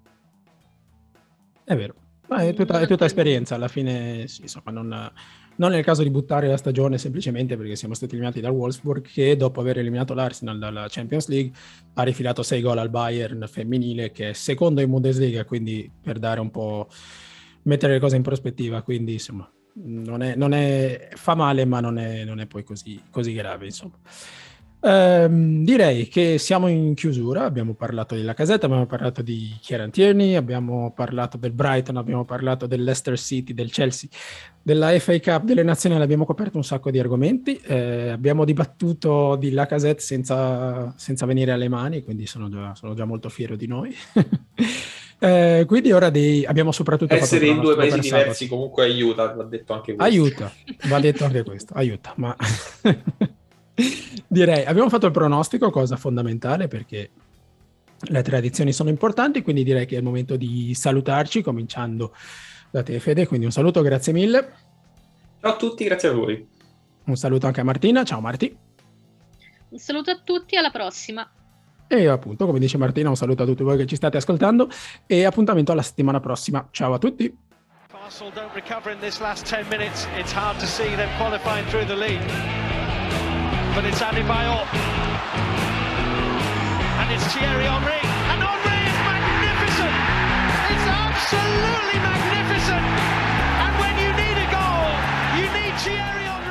È vero, ma è tutta, è tutta esperienza alla fine, sì, insomma, non, non è il caso di buttare la stagione semplicemente perché siamo stati eliminati dal Wolfsburg, che dopo aver eliminato l'Arsenal dalla Champions League ha rifilato sei gol al Bayern femminile, che è secondo in Bundesliga, quindi per dare un po', mettere le cose in prospettiva, quindi insomma non è, non è, fa male, ma non è, non è poi così, così grave, insomma. Ehm, direi che siamo in chiusura, abbiamo parlato della Casetta, abbiamo parlato di Kieran Tierney, abbiamo parlato del Brighton, abbiamo parlato del Leicester City, del Chelsea, della F A Cup, delle nazionali, abbiamo coperto un sacco di argomenti, eh, abbiamo dibattuto di Lacazette senza, senza venire alle mani, quindi sono già, sono già molto fiero di noi. eh, quindi ora dei, abbiamo soprattutto essere fatto in due paesi per diversi sabato. comunque aiuta, va detto anche questo. Aiuta, va detto anche questo, aiuta, ma direi, abbiamo fatto il pronostico, cosa fondamentale perché le tradizioni sono importanti, quindi direi che è il momento di salutarci, cominciando da te Fede, quindi un saluto, grazie mille. Ciao a tutti, grazie a voi. Un saluto anche a Martina, ciao Marti. Un saluto a tutti, alla prossima. E appunto, come dice Martina, un saluto a tutti voi che ci state ascoltando e appuntamento alla settimana prossima. Ciao a tutti. Arsenal don't recover in this last ten minutes, it's hard to see them qualifying through the league. But it's Adebayor. And it's Thierry Henry. And Henry is magnificent! It's absolutely magnificent! And when you need a goal, you need Thierry Henry.